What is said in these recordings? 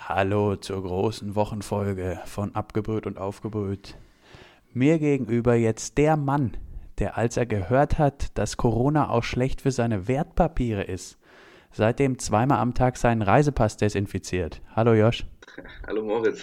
Hallo zur großen Wochenfolge von Abgebrüht und Aufgebrüht. Mir gegenüber jetzt der Mann, der, als er gehört hat, dass Corona auch schlecht für seine Wertpapiere ist, seitdem zweimal am Tag seinen Reisepass desinfiziert. Hallo Josh. Hallo Moritz.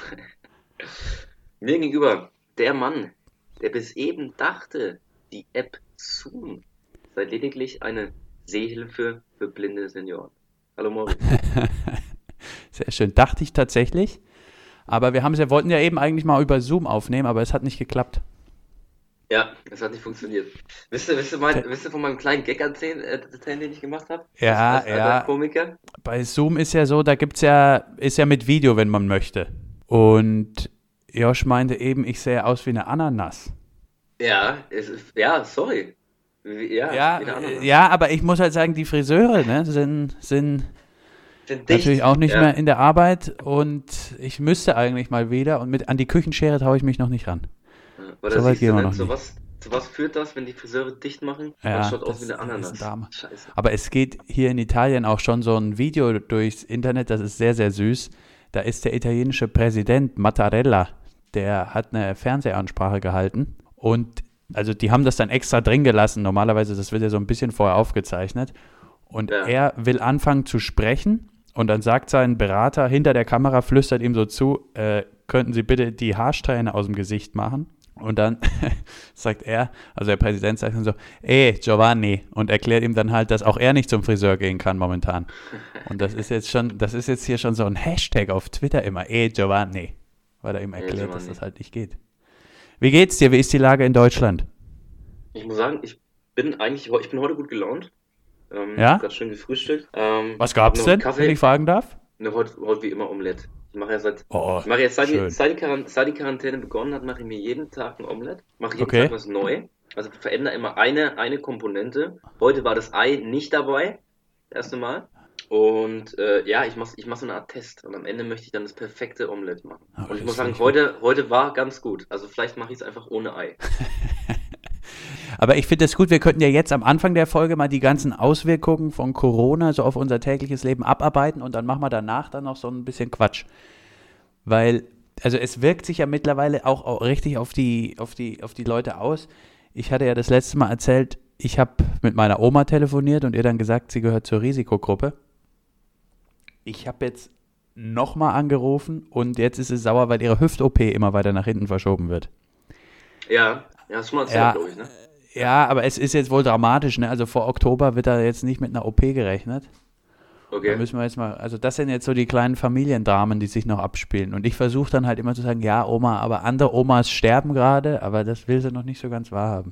Mir gegenüber der Mann, der bis eben dachte, die App Zoom sei lediglich eine Sehhilfe für blinde Senioren. Hallo Moritz. Sehr schön. Dachte ich tatsächlich. Aber wollten ja eben eigentlich mal über Zoom aufnehmen, aber es hat nicht geklappt. Ja, es hat nicht funktioniert. Willst du von meinem kleinen Gag erzählen, den ich gemacht habe? Ja, Als alter ja. Komiker? Bei Zoom ist ja so, ist ja mit Video, wenn man möchte. Und Josh meinte eben, ich sähe aus wie eine Ananas. Ja, sorry. Ja, Ja, wie eine Ananas. ja, aber ich muss halt sagen, die Friseure, ne, sind Sind natürlich dicht. auch nicht Ja. mehr in der Arbeit und ich müsste eigentlich mal wieder und an die Küchenschere traue ich mich noch nicht ran. Aber da So weit siehst du, gehen wir ne? noch Zu nicht. was führt das, wenn die Friseure dicht machen? Man Ja, schaut aus wie das eine ist ein Ananas. Drama. Scheiße. Aber es geht hier in Italien auch schon so ein Video durchs Internet, das ist sehr, sehr süß. Da ist der italienische Präsident Mattarella, der hat eine Fernsehansprache gehalten und also die haben das dann extra drin gelassen. Normalerweise, das wird ja so ein bisschen vorher aufgezeichnet. Und Ja. er will anfangen zu sprechen und dann sagt sein Berater hinter der Kamera, flüstert ihm so zu, könnten Sie bitte die Haarsträhne aus dem Gesicht machen? Und dann sagt er, also der Präsident sagt dann so, Giovanni, und erklärt ihm dann halt, dass auch er nicht zum Friseur gehen kann momentan. Und das ist jetzt hier schon so ein Hashtag auf Twitter immer, Giovanni, weil er ihm Ja, erklärt, dass Giovanni. das halt nicht geht. Wie geht's dir? Wie ist die Lage in Deutschland? Ich muss sagen, ich bin heute gut gelaunt. Hab Ja? grad schön gefrühstückt. Was Hab gab's noch einen denn, wenn ich Kaffee. fragen darf? Ne, heute wie immer Omelette. Oh, Ich mache jetzt, schön. seit die Quarantäne begonnen hat, mache ich mir jeden Tag ein Omelette. Mache jeden Tag Okay. was neu. Also verändere immer eine Komponente. Heute war das Ei nicht dabei. Das erste Mal. Und ja, ich mach so eine Art Test. Und am Ende möchte ich dann das perfekte Omelette machen. Oh, Und ich muss das finde sagen, ich gut. heute war ganz gut. Also vielleicht mache ich es einfach ohne Ei. Aber ich finde es gut, wir könnten ja jetzt am Anfang der Folge mal die ganzen Auswirkungen von Corona so auf unser tägliches Leben abarbeiten und dann machen wir danach dann noch so ein bisschen Quatsch. Weil, also es wirkt sich ja mittlerweile auch richtig auf die Leute aus. Ich hatte ja das letzte Mal erzählt, ich habe mit meiner Oma telefoniert und ihr dann gesagt, sie gehört zur Risikogruppe. Ich habe jetzt nochmal angerufen und jetzt ist sie sauer, weil ihre Hüft-OP immer weiter nach hinten verschoben wird. Ja, hast du schon mal erzählt, Ja, glaube ich, ne? ja, aber es ist jetzt wohl dramatisch, ne? Also vor Oktober wird da jetzt nicht mit einer OP gerechnet. Da Okay. müssen wir jetzt mal, also das sind jetzt so die kleinen Familiendramen, die sich noch abspielen. Und ich versuche dann halt immer zu sagen, ja, Oma, aber andere Omas sterben gerade, aber das will sie noch nicht so ganz wahrhaben.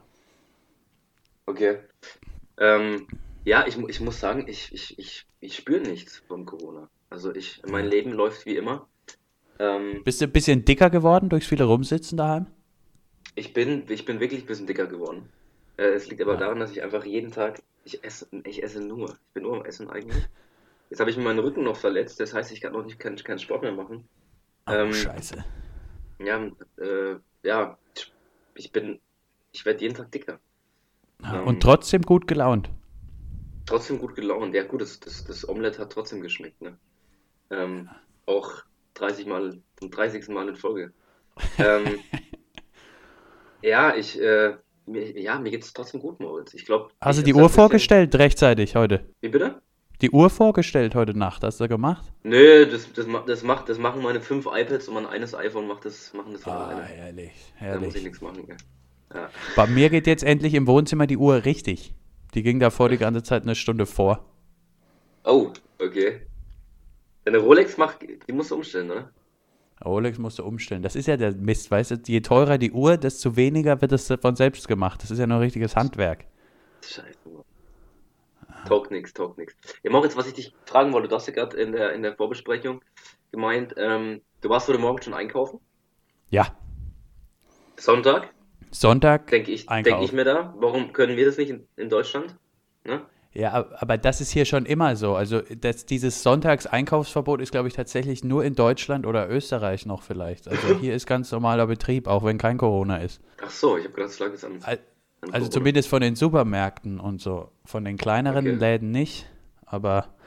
Okay. Ähm, ja, ich muss sagen, ich spüre nichts von Corona. Also mein Ja. Leben läuft wie immer. Ähm, Bist du ein bisschen dicker geworden durchs viele Rumsitzen daheim? ich bin wirklich ein bisschen dicker geworden. Es liegt aber Ja. daran, dass ich einfach jeden Tag, ich esse nur. Ich bin nur am Essen eigentlich. Jetzt habe ich mir meinen Rücken noch verletzt, das heißt, ich kann noch nicht keinen Sport mehr machen. Oh, Ähm, scheiße. ja, ja, ich bin, ich werde jeden Tag dicker. Ja, und Ähm, trotzdem gut gelaunt. Trotzdem gut gelaunt. Ja, gut, das Omelett hat trotzdem geschmeckt, ne? Ähm, auch 30 Mal, zum 30. Mal in Folge. Ähm, ja, mir geht's trotzdem gut, Moritz. Ich glaube, Hast du die ist das Uhr ein bisschen. vorgestellt rechtzeitig heute? Wie bitte? Die Uhr vorgestellt heute Nacht, hast du gemacht? Nö, das machen meine 5 iPads und mein eines iPhone machen das von Ah, alleine. herrlich, Da muss ich herrlich. nichts machen, ja. Ja. Bei mir geht jetzt endlich im Wohnzimmer die Uhr richtig. Die ging davor die ganze Zeit eine Stunde vor. Oh, okay. Deine Rolex die musst du umstellen, oder? Rolex musste umstellen. Das ist ja der Mist, weißt du? Je teurer die Uhr, desto weniger wird es von selbst gemacht. Das ist ja nur richtiges Handwerk. Scheiße, Mann. Taugt nix. Ja, Moritz, was ich dich fragen wollte, du hast ja gerade in der Vorbesprechung gemeint, du warst heute Morgen schon einkaufen? Ja, Sonntag, Sonntag denke ich einkaufen. mir da, warum können wir das nicht in Deutschland? Ne? Ja, aber das ist hier schon immer so. Also dieses Sonntags-Einkaufsverbot ist, glaube ich, tatsächlich nur in Deutschland oder Österreich noch vielleicht. Also hier ist ganz normaler Betrieb, auch wenn kein Corona ist. Ach so, ich habe gedacht, es lag jetzt an Also Corona. zumindest von den Supermärkten und so. Von den kleineren Okay. Läden nicht. Aber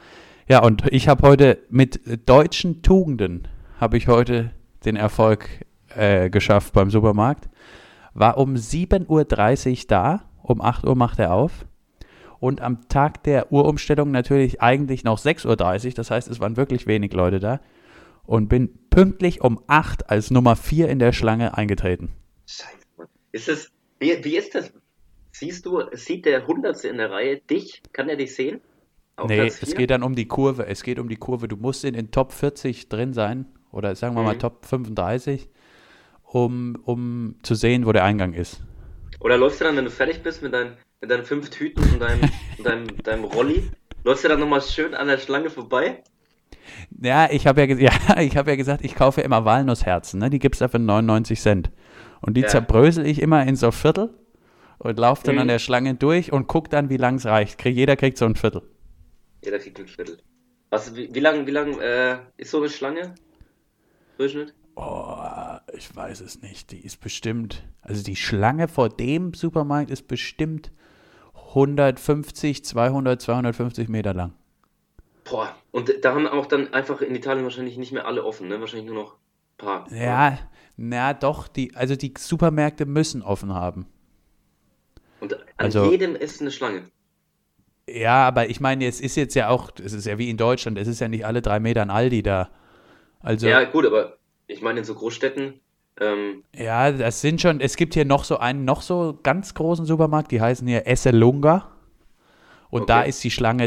Ja, und ich habe heute mit deutschen Tugenden, habe ich heute den Erfolg geschafft beim Supermarkt. War um 7:30 Uhr da, um 8 Uhr macht er auf. Und am Tag der Uhrumstellung natürlich eigentlich noch 6:30 Uhr, das heißt, es waren wirklich wenig Leute da. Und bin pünktlich um 8 als Nummer 4 in der Schlange eingetreten. Scheiße, Mann. Wie ist das? Sieht der Hundertste in der Reihe dich? Kann er dich sehen? Auf Nee, Platz es 4? geht dann um die Kurve. Es geht um die Kurve. Du musst in den Top 40 drin sein oder sagen wir mal Mhm. Top 35, um zu sehen, wo der Eingang ist. Oder läufst du dann, wenn du fertig bist mit deinen 5 Tüten und deinem Rolli, läufst du dann nochmal schön an der Schlange vorbei? Ja, ich habe ja, ich hab ja gesagt, ich kaufe immer Walnussherzen. Ne? Die gibt es da für 99 Cent. Und die Ja. zerbrösel ich immer in so Viertel und laufe dann an Mhm. der Schlange durch und guck dann, wie lang es reicht. Jeder kriegt so ein Viertel. Jeder kriegt ein Viertel. Wie lang ist so eine Schlange? Durchschnitt? Oh, ich weiß es nicht. Die ist bestimmt, also die Schlange vor dem Supermarkt ist bestimmt 150, 200, 250 Meter lang. Boah, und da haben auch dann einfach in Italien wahrscheinlich nicht mehr alle offen, ne? Wahrscheinlich nur noch ein paar, oder? Ja, na doch, also die Supermärkte müssen offen haben. Und an Also, jedem ist eine Schlange. ja, aber ich meine, es ist jetzt ja auch, es ist ja wie in Deutschland, es ist ja nicht alle 3 Meter ein Aldi da. Also, Ja, gut, aber ich meine in so Großstädten, ja, das sind schon, es gibt hier noch so einen, noch so ganz großen Supermarkt, die heißen hier Esselunga. Und da okay. ist die Schlange,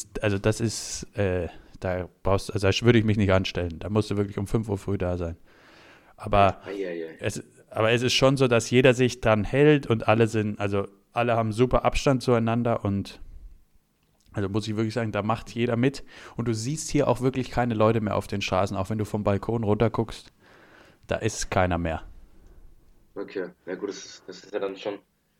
da brauchst, also da würde ich mich nicht anstellen. Da musst du wirklich um 5 Uhr früh da sein. Aber Eieiei. es ist schon so, dass jeder sich dran hält und alle haben super Abstand zueinander und also muss ich wirklich sagen, da macht jeder mit. Und du siehst hier auch wirklich keine Leute mehr auf den Straßen, auch wenn du vom Balkon runter guckst, da ist keiner mehr. Okay, ja gut, das ist ja dann schon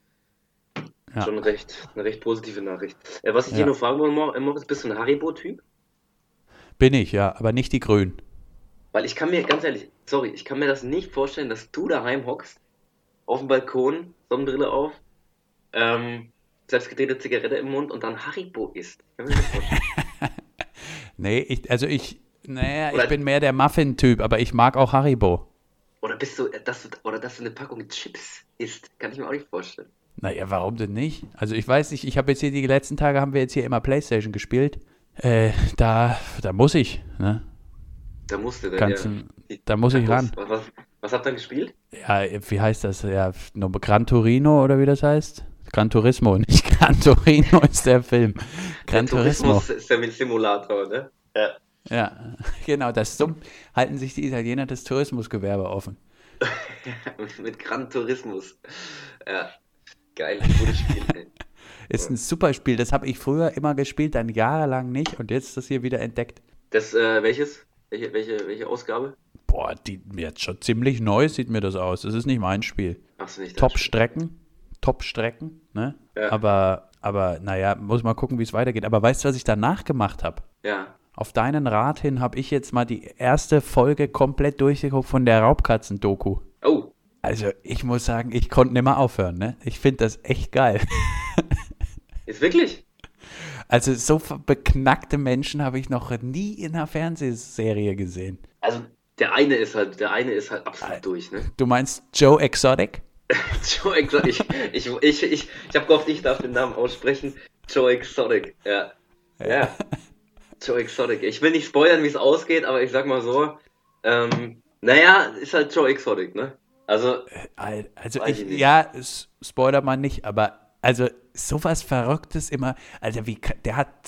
Ja, eine recht positive Nachricht. Was ich dir ja. nur fragen wollte, Moritz, bist du ein Haribo-Typ? Bin ich, ja, aber nicht die Grünen. Weil ich kann mir, ganz ehrlich, sorry, ich kann mir das nicht vorstellen, dass du daheim hockst, auf dem Balkon, Sonnenbrille auf, selbstgedrehte Zigarette im Mund und dann Haribo isst. Kann mir das nicht vorstellen. Nee, naja, ich Oder, bin mehr der Muffin-Typ, aber ich mag auch Haribo. oder dass du eine Packung Chips isst. Kann ich mir auch nicht vorstellen. Naja, warum denn nicht? Also ich weiß nicht, ich habe jetzt hier die letzten Tage haben wir jetzt hier immer PlayStation gespielt. Da muss ich, ne? Da musste der, ja. Ganzen, da muss ich ran. Was habt ihr dann gespielt? Ja, wie heißt das? Ja, Gran Torino oder wie das heißt? Gran Turismo, nicht Gran Torino ist der Film. Der Gran Turismo. Tourismus ist der Simulator, ne? Ja. Ja, genau, so halten sich die Italiener das Tourismusgewerbe offen. Mit Gran Turismus. Ja, geil, gutes Spiel, ey. Ist ein super Spiel, das habe ich früher immer gespielt, dann jahrelang nicht und jetzt das hier wieder entdeckt. Welches? Welche Ausgabe? Boah, jetzt schon ziemlich neu sieht mir das aus. Das ist nicht mein Spiel. Ach so, nicht das Spiel. Top-Strecken, ne? Ja, Aber naja, muss mal gucken, wie es weitergeht. Aber weißt du, was ich danach gemacht habe? ja. Auf deinen Rat hin habe ich jetzt mal die erste Folge komplett durchgeguckt von der Raubkatzen-Doku. Oh, Also ich muss sagen, ich konnte nicht mehr aufhören, ne? Ich finde das echt geil. ist wirklich? Also so beknackte Menschen habe ich noch nie in einer Fernsehserie gesehen. Also, der eine ist halt absolut durch, ne? Du meinst Joe Exotic? Joe Exotic. Ich habe gehofft, ich darf den Namen aussprechen. Joe Exotic, ja. Ja, Joe Exotic. Ich will nicht spoilern, wie es ausgeht, aber ich sag mal so, naja, ist halt Joe Exotic, ne? Also, Also weiß ich nicht. ja, Spoiler mal nicht, aber also sowas Verrücktes immer, also der hat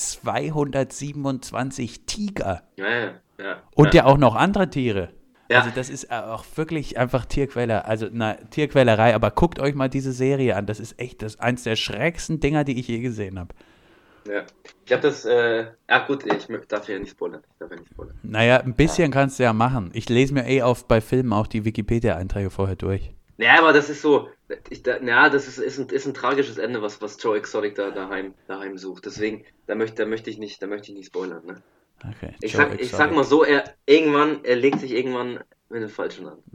227 Tiger Ja. und ja auch noch andere Tiere. Ja. Also das ist auch wirklich einfach Tierquälerei, aber guckt euch mal diese Serie an, das ist echt eins der schrägsten Dinger, die ich je gesehen habe. Ja. Ich habe das, gut, darf ja nicht spoilern. Ich darf ja nicht spoilern. Naja, ein bisschen kannst du ja machen. Ich lese mir bei Filmen auch die Wikipedia-Einträge vorher durch. Naja, aber das ist so, das ist ein tragisches Ende, was Joe Exotic daheim sucht. Deswegen, da möchte ich nicht spoilern, ne? Okay, Ich Joe sag Exotic. mal so, er legt sich irgendwann mit dem Falschen an.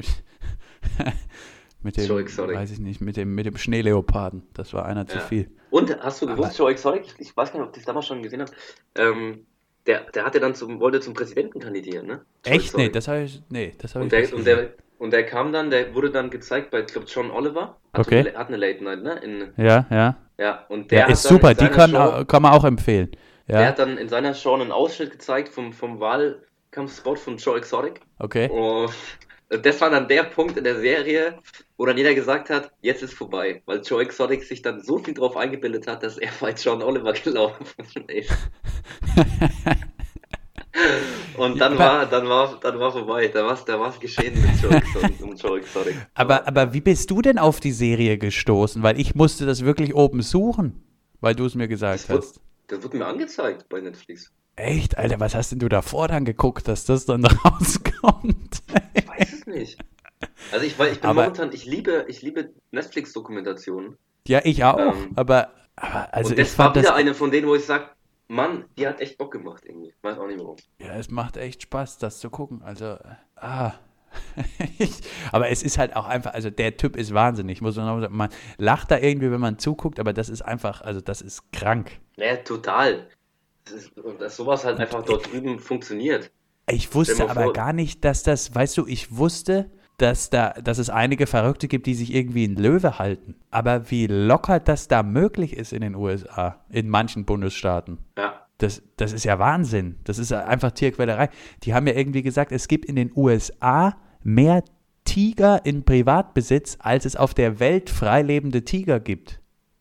Mit dem, Joe Exotic. weiß ich nicht, mit dem Schneeleoparden. Das war einer zu Ja. viel. Und, hast du Aber gewusst, Joe Exotic, ich weiß gar nicht, ob ich das damals schon gesehen habe, der hat ja dann wollte zum Präsidenten kandidieren, ne? Echt? Nee, Sorry. das habe ich nicht Und der, und gesehen. der, und der kam dann, der wurde dann gezeigt bei, ich glaube, John Oliver, Okay. hat eine Late Night, ne? Ja, ja. Ja, und Ja, der ist hat dann in super, die seiner Show, kann man auch empfehlen. der Ja, hat dann in seiner Show einen Ausschnitt gezeigt vom Wahlkampfspot von Joe Exotic. okay. Und das war dann der Punkt in der Serie, wo dann jeder gesagt hat, jetzt ist vorbei, weil Joe Exotic sich dann so viel drauf eingebildet hat, dass er bei John Oliver gelaufen ist. Und Aber, dann war vorbei. Da war's geschehen mit Joe Exotic, und Joe Exotic. aber wie bist du denn auf die Serie gestoßen? Weil ich musste das wirklich oben suchen, weil du es mir gesagt Das wird, hast. das wird mir angezeigt bei Netflix. Echt, Alter, was hast denn du davor dann geguckt, dass das dann rauskommt? Ich weiß es nicht. Also ich bin Aber, momentan, ich liebe Netflix-Dokumentationen. ja, ich auch. Ähm, Also und ich das war fand das, wieder eine von denen, wo ich sage, Mann, die hat echt Bock gemacht irgendwie. Weiß auch nicht warum. ja, es macht echt Spaß, das zu gucken. Ich, aber es ist halt auch einfach, also der Typ ist wahnsinnig, muss man auch sagen. Man lacht da irgendwie, wenn man zuguckt, aber das ist einfach, also das ist krank. Ja, total. Und dass sowas halt Und einfach dort drüben funktioniert. ich Stell dir wusste mal aber vor, gar nicht, dass das, weißt du, ich wusste, dass es einige Verrückte gibt, die sich irgendwie in Löwe halten. Aber wie locker das da möglich ist in den USA, in manchen Bundesstaaten. ja, Das ist ja Wahnsinn. Das ist ja einfach Tierquälerei. Die haben ja irgendwie gesagt, es gibt in den USA mehr Tiger in Privatbesitz, als es auf der Welt freilebende Tiger gibt.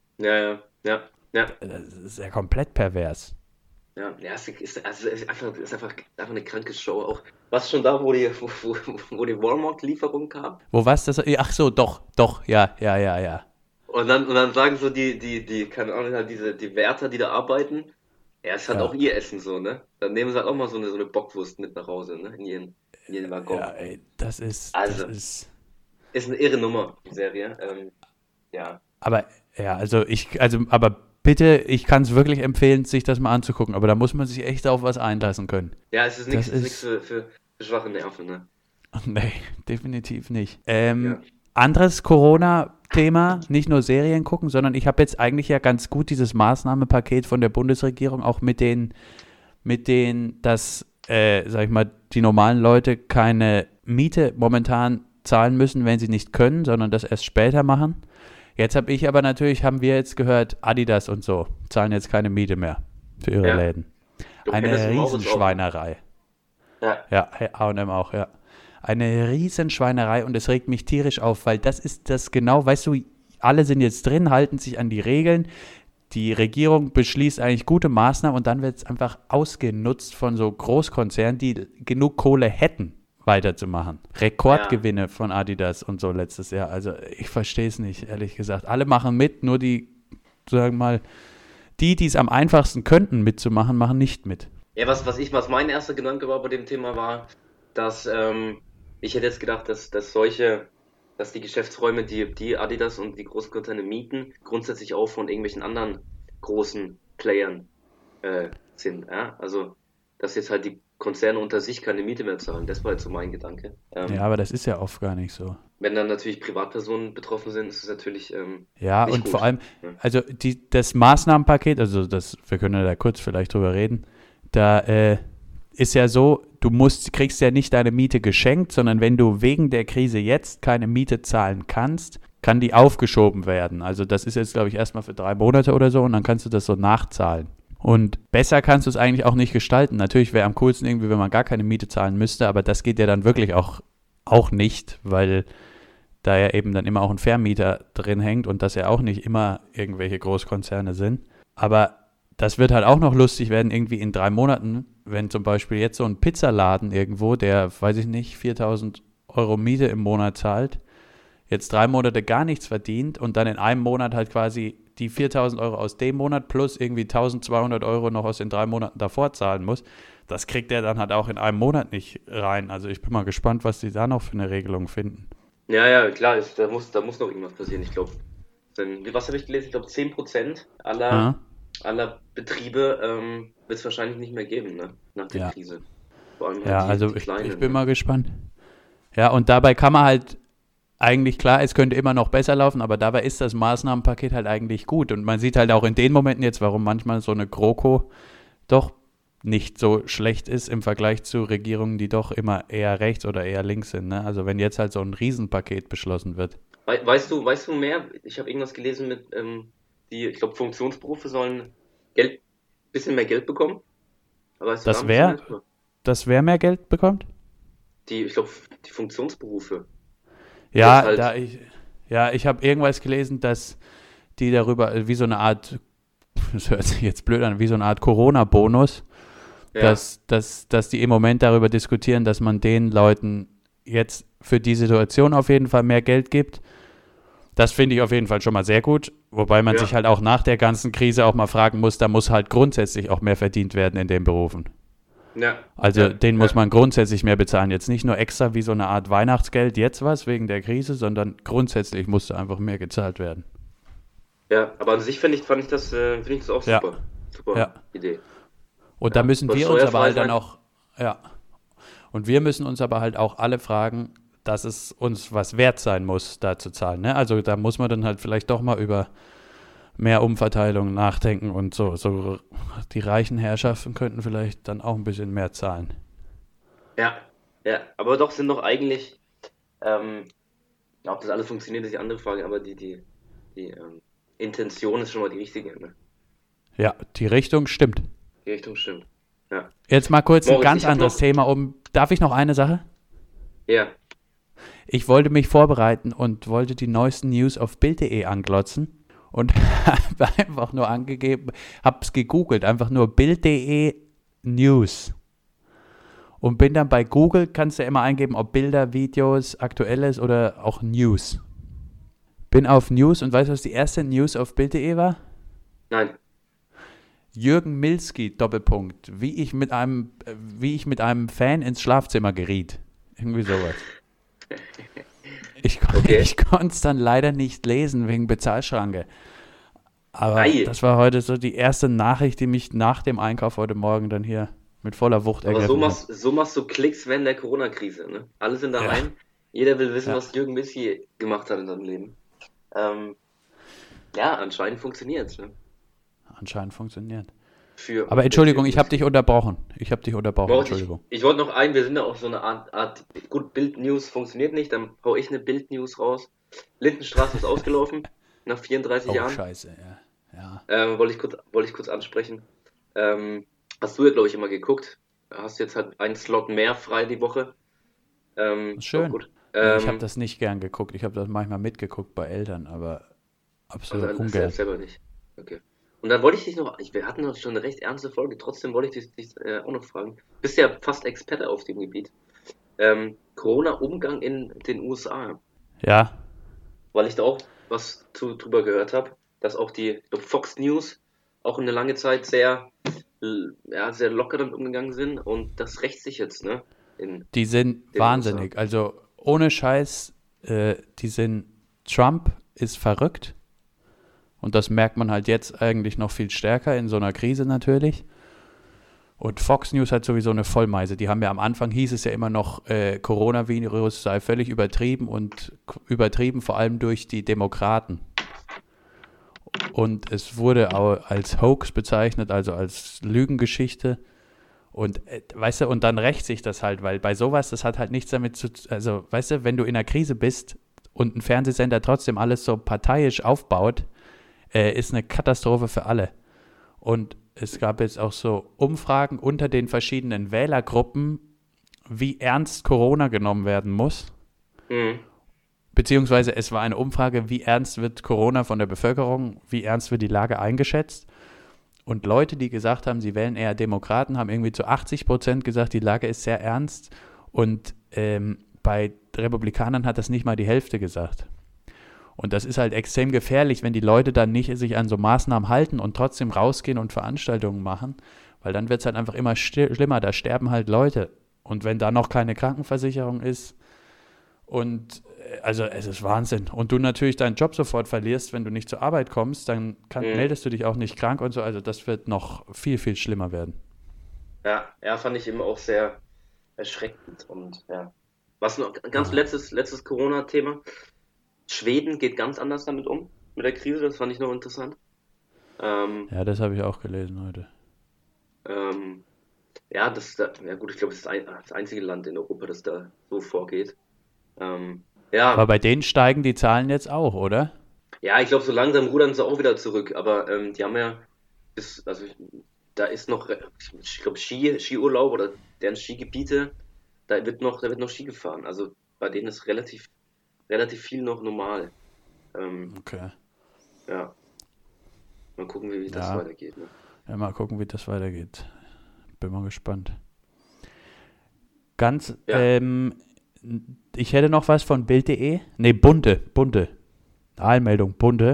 ja. Das ist ja komplett pervers. Ja, es ist einfach eine kranke Show. Auch was schon da, wo die Walmart-Lieferung kam. Wo was das? Ach so, doch, ja, ja, ja, ja. Und dann sagen so keine Ahnung, halt die Wärter, die da arbeiten, ja, es ist halt auch Ja, ihr Essen so, ne? Dann nehmen sie halt auch mal so eine Bockwurst mit nach Hause, ne? In ihren Waggon. ja, ey, das Also, ist, ist eine irre Nummer, die Serie. Ja. aber, ja, aber bitte, ich kann es wirklich empfehlen, sich das mal anzugucken, aber da muss man sich echt auf was einlassen können. Ja, Das es ist nichts ist, für schwache Nerven, ne? nee, definitiv nicht. Ja. Anderes Corona-Thema, nicht nur Serien gucken, sondern ich habe jetzt eigentlich ja ganz gut dieses Maßnahmenpaket von der Bundesregierung, auch mit denen, dass, sag ich mal, die normalen Leute keine Miete momentan zahlen müssen, wenn sie nicht können, sondern das erst später machen. Jetzt haben wir jetzt gehört, Adidas und so zahlen jetzt keine Miete mehr für ihre Ja. Läden. Du Eine Hennes und Mauritz auch, ne? Riesenschweinerei. Ja. Ja, H&M auch, ja. Eine Riesenschweinerei und es regt mich tierisch auf, weil das ist das genau, weißt du, alle sind jetzt drin, halten sich an die Regeln. Die Regierung beschließt eigentlich gute Maßnahmen und dann wird es einfach ausgenutzt von so Großkonzernen, die genug Kohle hätten, weiterzumachen. Ja. Rekordgewinne von Adidas und so letztes Jahr. Also ich verstehe es nicht, ehrlich gesagt. Alle machen mit, nur die, sagen wir mal, die es am einfachsten könnten mitzumachen, machen nicht mit. Ja, was mein erster Gedanke war bei dem Thema war, dass ich hätte jetzt gedacht, dass die Geschäftsräume, die Adidas und die Großkonzerne mieten, grundsätzlich auch von irgendwelchen anderen großen Playern sind. Ja? Also, dass jetzt halt die Konzerne unter sich keine Miete mehr zahlen. Das war jetzt so mein Gedanke. Ja, aber das ist ja oft gar nicht so. Wenn dann natürlich Privatpersonen betroffen sind, ist es natürlich Ja, nicht und vor gut. allem, Ja. also das Maßnahmenpaket, wir können ja da kurz vielleicht drüber reden, da ist ja so, kriegst ja nicht deine Miete geschenkt, sondern wenn du wegen der Krise jetzt keine Miete zahlen kannst, kann die aufgeschoben werden. Also das ist jetzt, glaube ich, erstmal für 3 Monate oder so und dann kannst du das so nachzahlen. Und besser kannst du es eigentlich auch nicht gestalten. Natürlich wäre am coolsten irgendwie, wenn man gar keine Miete zahlen müsste, aber das geht ja dann wirklich auch nicht, weil da ja eben dann immer auch ein Vermieter drin hängt und das ja auch nicht immer irgendwelche Großkonzerne sind. Aber das wird halt auch noch lustig werden, irgendwie in 3 Monaten, wenn zum Beispiel jetzt so ein Pizzaladen irgendwo, der, weiß ich nicht, 4.000 Euro Miete im Monat zahlt, jetzt 3 Monate gar nichts verdient und dann in einem Monat halt quasi die 4.000 Euro aus dem Monat plus irgendwie 1.200 Euro noch aus den 3 Monaten davor zahlen muss, das kriegt er dann halt auch in einem Monat nicht rein. Also ich bin mal gespannt, was die da noch für eine Regelung finden. Ja, klar, da muss noch irgendwas passieren. Ich glaube, was habe ich gelesen? Ich glaube, 10% Ja, aller Betriebe wird es wahrscheinlich nicht mehr geben, ne? Nach der ja, Krise. Vor allem halt ja, also die ich Kleinen, bin ne? mal gespannt. Ja, und dabei kann man halt eigentlich, klar, es könnte immer noch besser laufen, aber dabei ist das Maßnahmenpaket halt eigentlich gut. Und man sieht halt auch in den Momenten jetzt, warum manchmal so eine GroKo doch nicht so schlecht ist im Vergleich zu Regierungen, die doch immer eher rechts oder eher links sind. Ne? Also wenn jetzt halt so ein Riesenpaket beschlossen wird. Weißt du mehr? Ich habe irgendwas gelesen mit, ich glaube, Funktionsberufe sollen bisschen mehr Geld bekommen. Aber weißt du da Dass ein bisschen mehr wer, drüber? dass wer mehr Geld bekommt? Ich glaube, die Funktionsberufe, die jetzt Ja, halt, ich habe irgendwas gelesen, dass die darüber, wie so eine Art, das hört sich jetzt blöd an, wie so eine Art Corona-Bonus, ja, dass die im Moment darüber diskutieren, dass man den Leuten jetzt für die Situation auf jeden Fall mehr Geld gibt. Das finde ich auf jeden Fall schon mal sehr gut, wobei man sich ja, halt auch nach der ganzen Krise auch mal fragen muss, da muss halt grundsätzlich auch mehr verdient werden in den Berufen. ja, Also ja, den muss ja, man grundsätzlich mehr bezahlen. Jetzt nicht nur extra wie so eine Art Weihnachtsgeld, jetzt was wegen der Krise, sondern grundsätzlich musste einfach mehr gezahlt werden. ja. Aber an sich finde ich das auch Ja, super. Super ja. Idee. Und da Ja. müssen Soll wir uns aber steuerfrei halt dann sein? auch, ja, und wir müssen uns aber halt auch alle fragen, dass es uns was wert sein muss, da zu zahlen. Ne? Also da muss man dann halt vielleicht doch mal über mehr Umverteilung nachdenken und so. So die reichen Herrschaften könnten vielleicht dann auch ein bisschen mehr zahlen. Ja, ja. Aber doch sind doch eigentlich, ähm, ob das alles funktioniert, ist die andere Frage, aber die Intention ist schon mal die richtige, ne? Ja, die Richtung stimmt. Die Richtung stimmt. Ja. Jetzt mal kurz ein Moritz, ganz ich habe anderes noch, Thema um. Darf ich noch eine Sache? ja, Ich wollte mich vorbereiten und wollte die neuesten News auf Bild.de anglotzen und habe einfach nur angegeben, habe es gegoogelt, einfach nur Bild.de News. Und bin dann bei Google, kannst du immer eingeben, ob Bilder, Videos, Aktuelles oder auch News. Bin auf News und weißt du, was die erste News auf Bild.de war? nein. Jürgen Milski, Doppelpunkt. Wie ich mit einem Fan ins Schlafzimmer geriet. Irgendwie sowas. Okay. Ich konnte es dann leider nicht lesen wegen Bezahlschranke. Aber Ei. das war heute so die erste Nachricht, die mich nach dem Einkauf heute Morgen dann hier mit voller Wucht Aber so ergriffen hat. machst, so machst du Klicks während der Corona-Krise, ne? Alle sind Ja, daheim. Jeder will wissen, ja, was Jürgen Milski gemacht hat in seinem Leben. Ähm, ja, anscheinend funktioniert's, ne? anscheinend funktioniert. Für Aber und mit Entschuldigung, Jürgen ich habe Milski. dich unterbrochen. Moritz, ich, Entschuldigung. ich wollte noch wir sind ja auch so eine gut, Bild-News funktioniert nicht, dann hau ich eine Bild-News raus. Lindenstraße ist ausgelaufen, nach 34 Oh, Jahren. scheiße, ja. Ja, Wollte ich kurz ansprechen. Hast du ja, glaube ich, immer geguckt. Hast jetzt halt einen Slot mehr frei die Woche. ist Ist auch schön. gut. Nee, ich habe das nicht gern geguckt. Ich habe das manchmal mitgeguckt bei Eltern, aber absolut Also ungern. selber nicht. Okay. Und dann wollte ich dich wir hatten noch schon eine recht ernste Folge, trotzdem wollte ich dich auch noch fragen. Du bist ja fast Experte auf dem Gebiet. Corona-Umgang in den USA, Ja, weil ich da auch was drüber gehört habe, dass auch ich glaub, Fox News auch eine lange Zeit ja, sehr locker damit umgegangen sind und das rächt sich jetzt, ne, in die sind den USA. wahnsinnig. Also ohne Scheiß, Trump ist verrückt. Und das merkt man halt jetzt eigentlich noch viel stärker in so einer Krise natürlich. Und Fox News hat sowieso eine Vollmeise. Die haben ja am Anfang hieß es ja immer noch, Coronavirus sei völlig übertrieben und übertrieben vor allem durch die Demokraten. Und es wurde auch als Hoax bezeichnet, also als Lügengeschichte. Und weißt du, und dann rächt sich das halt, weil bei sowas, das hat halt nichts damit zu tun. Also, weißt du, wenn du in einer Krise bist und ein Fernsehsender trotzdem alles so parteiisch aufbaut, ist eine Katastrophe für alle. Und es gab jetzt auch so Umfragen unter den verschiedenen Wählergruppen, wie ernst Corona genommen werden muss. Mhm. Beziehungsweise es war eine Umfrage, wie ernst wird Corona von der Bevölkerung, wie ernst wird die Lage eingeschätzt. Und Leute, die gesagt haben, sie wählen eher Demokraten, haben irgendwie zu 80% gesagt, die Lage ist sehr ernst. Und bei Republikanern hat das nicht mal die Hälfte gesagt. Und das ist halt extrem gefährlich, wenn die Leute dann nicht sich an so Maßnahmen halten und trotzdem rausgehen und Veranstaltungen machen, weil dann wird es halt einfach immer schlimmer, da sterben halt Leute. Und wenn da noch keine Krankenversicherung ist und also es ist Wahnsinn. Und du natürlich deinen Job sofort verlierst, wenn du nicht zur Arbeit kommst, dann Mhm. meldest du dich auch nicht krank und so, also das wird noch viel, viel schlimmer werden. Ja, fand ich immer auch sehr erschreckend und ja. Was noch ganz Ja, letztes Corona-Thema. Schweden geht ganz anders damit um, mit der Krise, das fand ich noch interessant. Ähm, ja, das habe ich auch gelesen heute. ähm, ja gut, ich glaube, es ist das einzige Land in Europa, das da so vorgeht. Ja, Aber bei denen steigen die Zahlen jetzt auch, oder? ja, ich glaube, so langsam rudern sie auch wieder zurück, aber die haben ja also da ist noch, ich glaube, Skiurlaub oder deren Skigebiete, da wird noch Ski gefahren. Also bei denen ist relativ viel noch normal. Ähm, Okay. ja, mal gucken, wie das Ja, weitergeht, ne? ja, mal gucken, wie das weitergeht. Bin mal gespannt. Ganz, Ja, ich hätte noch was von Bild.de. Nee, Bunte. Eilmeldung, Bunte.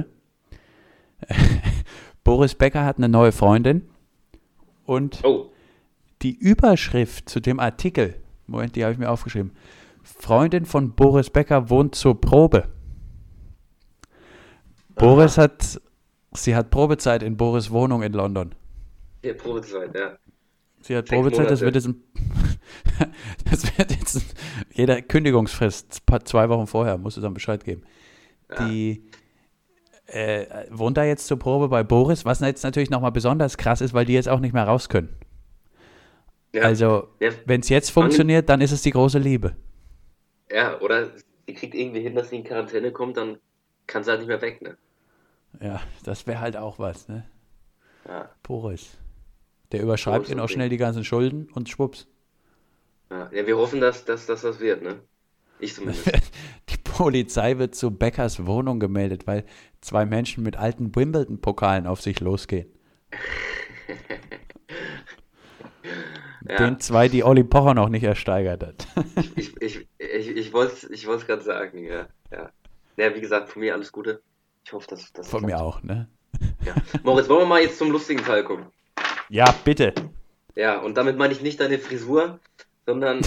Boris Becker hat eine neue Freundin und oh, die Überschrift zu dem Artikel, Moment, die habe ich mir aufgeschrieben. Freundin von Boris Becker wohnt zur Probe. aha, Sie hat Probezeit in Boris' Wohnung in London. hier Probezeit, ja. Sie hat Sechs Probezeit, das wird Monate. jetzt, jeder Kündigungsfrist, 2 Wochen vorher, muss es dann Bescheid geben. Ja, Die wohnt da jetzt zur Probe bei Boris, was jetzt natürlich nochmal besonders krass ist, weil die jetzt auch nicht mehr raus können. ja, Also, ja, wenn es jetzt ange funktioniert, dann ist es die große Liebe. ja, oder sie kriegt irgendwie hin, dass sie in Quarantäne kommt, dann kann sie halt nicht mehr weg, ne? Ja, das wäre halt auch was, ne? Ja, Boris. Der überschreibt Boris ihn auch und schnell Ding. die ganzen Schulden und schwupps. Ja, ja, wir hoffen, dass das wird, ne? Ich zumindest. Die Polizei wird zu Beckers Wohnung gemeldet, weil 2 Menschen mit alten Wimbledon-Pokalen auf sich losgehen. Den Ja, 2, die Olli Pocher noch nicht ersteigert hat. ich wollte es gerade sagen, ja, ja. Ja, wie gesagt, von mir alles Gute. Ich hoffe, dass das Von mir klappt. auch, ne? Ja. Moritz, wollen wir mal jetzt zum lustigen Teil kommen? Ja, bitte. Ja, und damit meine ich nicht deine Frisur, sondern,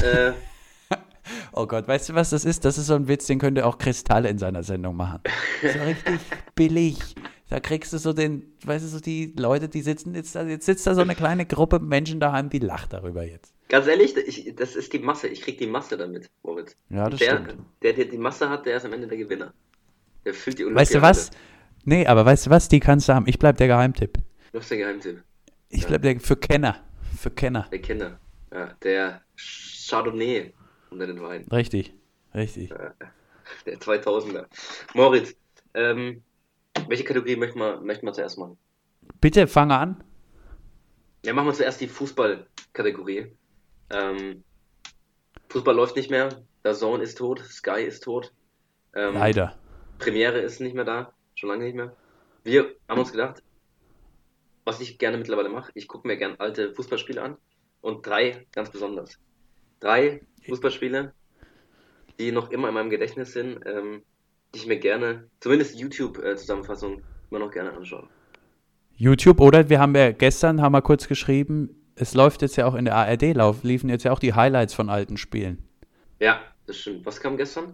Oh Gott, weißt du, was das ist? Das ist so ein Witz, den könnte auch Kristall in seiner Sendung machen. So richtig billig. Da kriegst du so weißt du, so die Leute, die sitzen jetzt sitzt da so eine kleine Gruppe Menschen daheim, die lacht darüber jetzt. ganz ehrlich, das ist die Masse. Ich krieg die Masse damit, Moritz. Ja, Und das der, stimmt. der die Masse hat, der ist am Ende der Gewinner. Der füllt die Weißt du Olympiahalle. was? Nee, aber weißt du was? Die kannst du haben. Ich bleib der Geheimtipp. Das ist der Geheimtipp. Ich Ja, bleib der für Kenner. Für Kenner. der Kenner. Ja, der Chardonnay unter den Weinen. Richtig. Richtig. Ja, der 2000er. Moritz, ähm, welche Kategorie möchten wir zuerst machen? Bitte fange an. Ja, machen wir zuerst die Fußball-Kategorie. Ähm, Fußball läuft nicht mehr. DAZN ist tot. Sky ist tot. Ähm, Leider. Premiere ist nicht mehr da. Schon lange nicht mehr. Wir haben uns gedacht, was ich gerne mittlerweile mache, ich gucke mir gerne alte Fußballspiele an. Und drei ganz besonders. Drei Fußballspiele, die noch immer in meinem Gedächtnis sind, die ich mir gerne, zumindest YouTube-Zusammenfassung, immer noch gerne anschaue. YouTube oder wir haben ja gestern haben wir kurz geschrieben, es läuft jetzt ja auch in der ARD, liefen jetzt ja auch die Highlights von alten Spielen. Ja, das stimmt. Was kam gestern?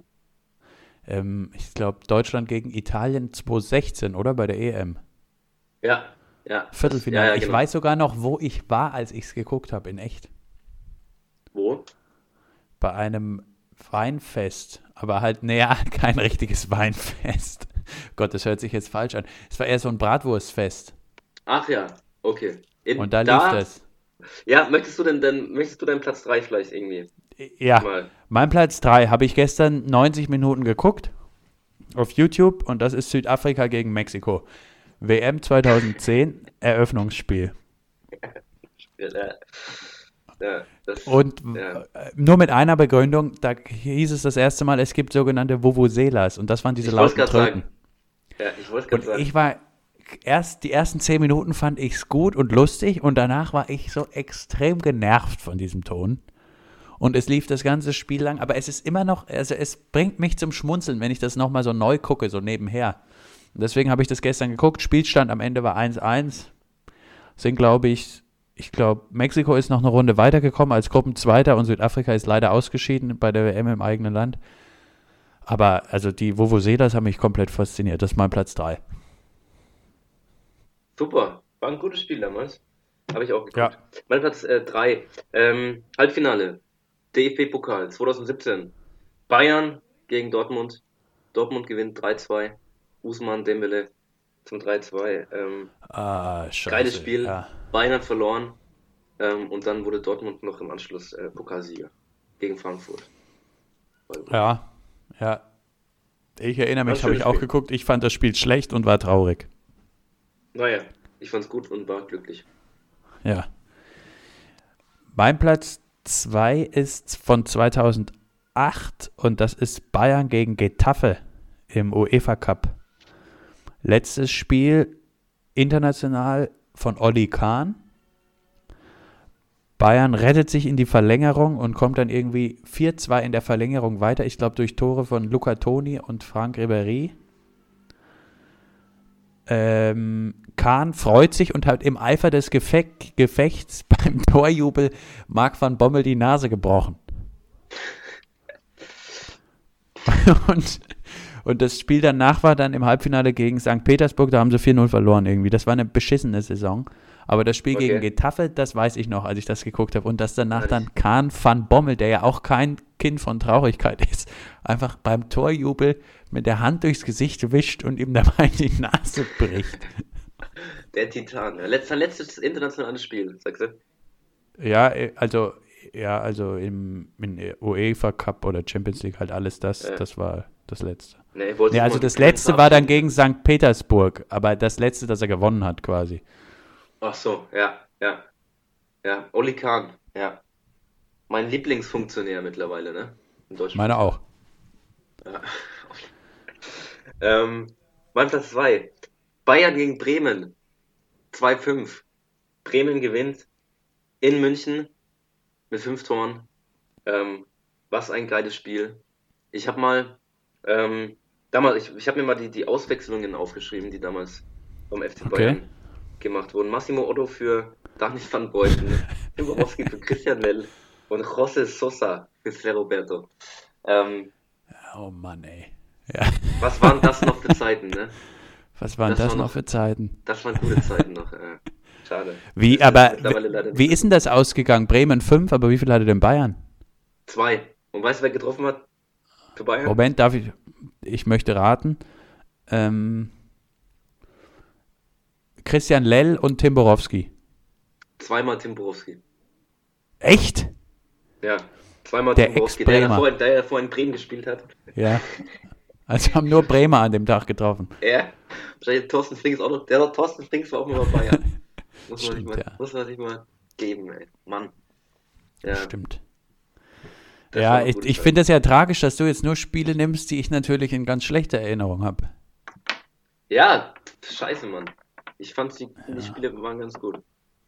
Ich glaube Deutschland gegen Italien 2016, oder? Bei der EM. Ja, ja, ja, Viertelfinale. ja, Ich genau. weiß sogar noch, wo ich war, als ich es geguckt habe, in echt. Wo? Bei einem Weinfest. Aber halt, naja, kein richtiges Weinfest. Gott, das hört sich jetzt falsch an. Es war eher so ein Bratwurstfest. Ach ja, okay. Und da lief das. Ja, möchtest du deinen Platz 3 vielleicht irgendwie Ja, mal? mein Platz 3 habe ich gestern 90 Minuten geguckt auf YouTube und das ist Südafrika gegen Mexiko. WM 2010, Eröffnungsspiel. Ja, ja, Und ja, nur mit einer Begründung, da hieß es das erste Mal, es gibt sogenannte Vuvuzelas und das waren diese ich wollte es lauten gerade Tröten. sagen. Ja, ich wollte es gerade Und sagen. ich war die ersten 10 Minuten fand ich es gut und lustig und danach war ich so extrem genervt von diesem Ton. Und es lief das ganze Spiel lang, aber es ist immer noch, also es bringt mich zum Schmunzeln, wenn ich das nochmal so neu gucke, so nebenher. Und deswegen habe ich das gestern geguckt. Spielstand am Ende war 1:1. Sind, ich glaube, Mexiko ist noch eine Runde weitergekommen als Gruppenzweiter und Südafrika ist leider ausgeschieden bei der WM im eigenen Land. Aber also die Vuvuzelas haben mich komplett fasziniert. Das ist mein Platz 3. Super, war ein gutes Spiel damals. Habe ich auch geguckt. Ja. Mein Platz 3. Halbfinale. DFB-Pokal 2017. Bayern gegen Dortmund. Dortmund gewinnt 3-2. Usman Dembele zum 3-2. Ah, Geiles scheiße. Spiel. Ja. Bayern hat verloren. Und dann wurde Dortmund noch im Anschluss Pokalsieger gegen Frankfurt. War gut. Ja, ja. Ich erinnere War ein mich, habe ich schönes auch Spiel. geguckt. Ich fand das Spiel schlecht und war traurig. Naja, ich fand's gut und war glücklich. Ja. Mein Platz 2 ist von 2008 und das ist Bayern gegen Getafe im UEFA Cup. Letztes Spiel international von Oli Kahn. Bayern rettet sich in die Verlängerung und kommt dann irgendwie 4-2 in der Verlängerung weiter. Ich glaube durch Tore von Luca Toni und Franck Ribéry. Kahn freut sich und hat im Eifer des Gefechts beim Torjubel Marc van Bommel die Nase gebrochen. Und das Spiel danach war dann im Halbfinale gegen St. Petersburg, da haben sie 4-0 verloren irgendwie. Das war eine beschissene Saison. Aber das Spiel gegen Okay. Getafe, das weiß ich noch, als ich das geguckt habe. Und dass danach Ja, dann Kahn van Bommel, der ja auch kein Kind von Traurigkeit ist, einfach beim Torjubel mit der Hand durchs Gesicht wischt und ihm dabei die Nase bricht. der Titan. Sein letztes internationales Spiel, sagst du? Ja, also im UEFA Cup oder Champions League halt alles das, Ja. das war das Letzte. Nee, wollte Nee, sich also mal das keinen Letzte war dann verabschieden. gegen St. Petersburg, aber das Letzte, das er gewonnen hat quasi. Ach so, ja, ja, ja. Oli Kahn, ja. Mein Lieblingsfunktionär mittlerweile, ne? Im deutschen Meine Fußball. auch. Ja. Mein Platz 2. Bayern gegen Bremen. 2-5. Bremen gewinnt in München mit 5 Toren. Was ein geiles Spiel. Ich habe mal, damals, ich habe mir mal die Auswechslungen aufgeschrieben, die damals vom FC Okay. Bayern gemacht wurden. Massimo Otto für Dani van Beuten, Tim Borowski für Christian Lell und José Sosa für Zé Roberto. Ähm, Oh Mann, ey. Ja, was waren das noch für Zeiten, ne? was waren Das das war noch noch, für Zeiten? das waren gute Zeiten noch. Schade. Wie, Ist jetzt aber mittlerweile leider wie nicht mehr. ist denn das ausgegangen? Bremen 5, aber wie viel hatte denn Bayern? 2. Und weißt du, wer getroffen hat für Bayern? Moment, ich möchte raten. Ähm, Christian Lell und Tim Borowski. Zweimal Tim Borowski. Echt? Ja, zweimal Tim Der Borowski, Ex-Bremer. der ja vorhin in Bremen gespielt hat. Ja. Also haben nur Bremer an dem Tag getroffen. Er, wahrscheinlich Thorsten Frings auch noch. Thorsten Frings war auch mal bei Bayern. Stimmt, ja. Muss man sich mal geben, ey. Mann. Ja, Stimmt. das war Ja, eine ich, gute ich Zeit. finde es ja tragisch, dass du jetzt nur Spiele nimmst, die ich natürlich in ganz schlechter Erinnerung habe. Ja, scheiße, Mann. Ich fand die Spiele waren ganz gut.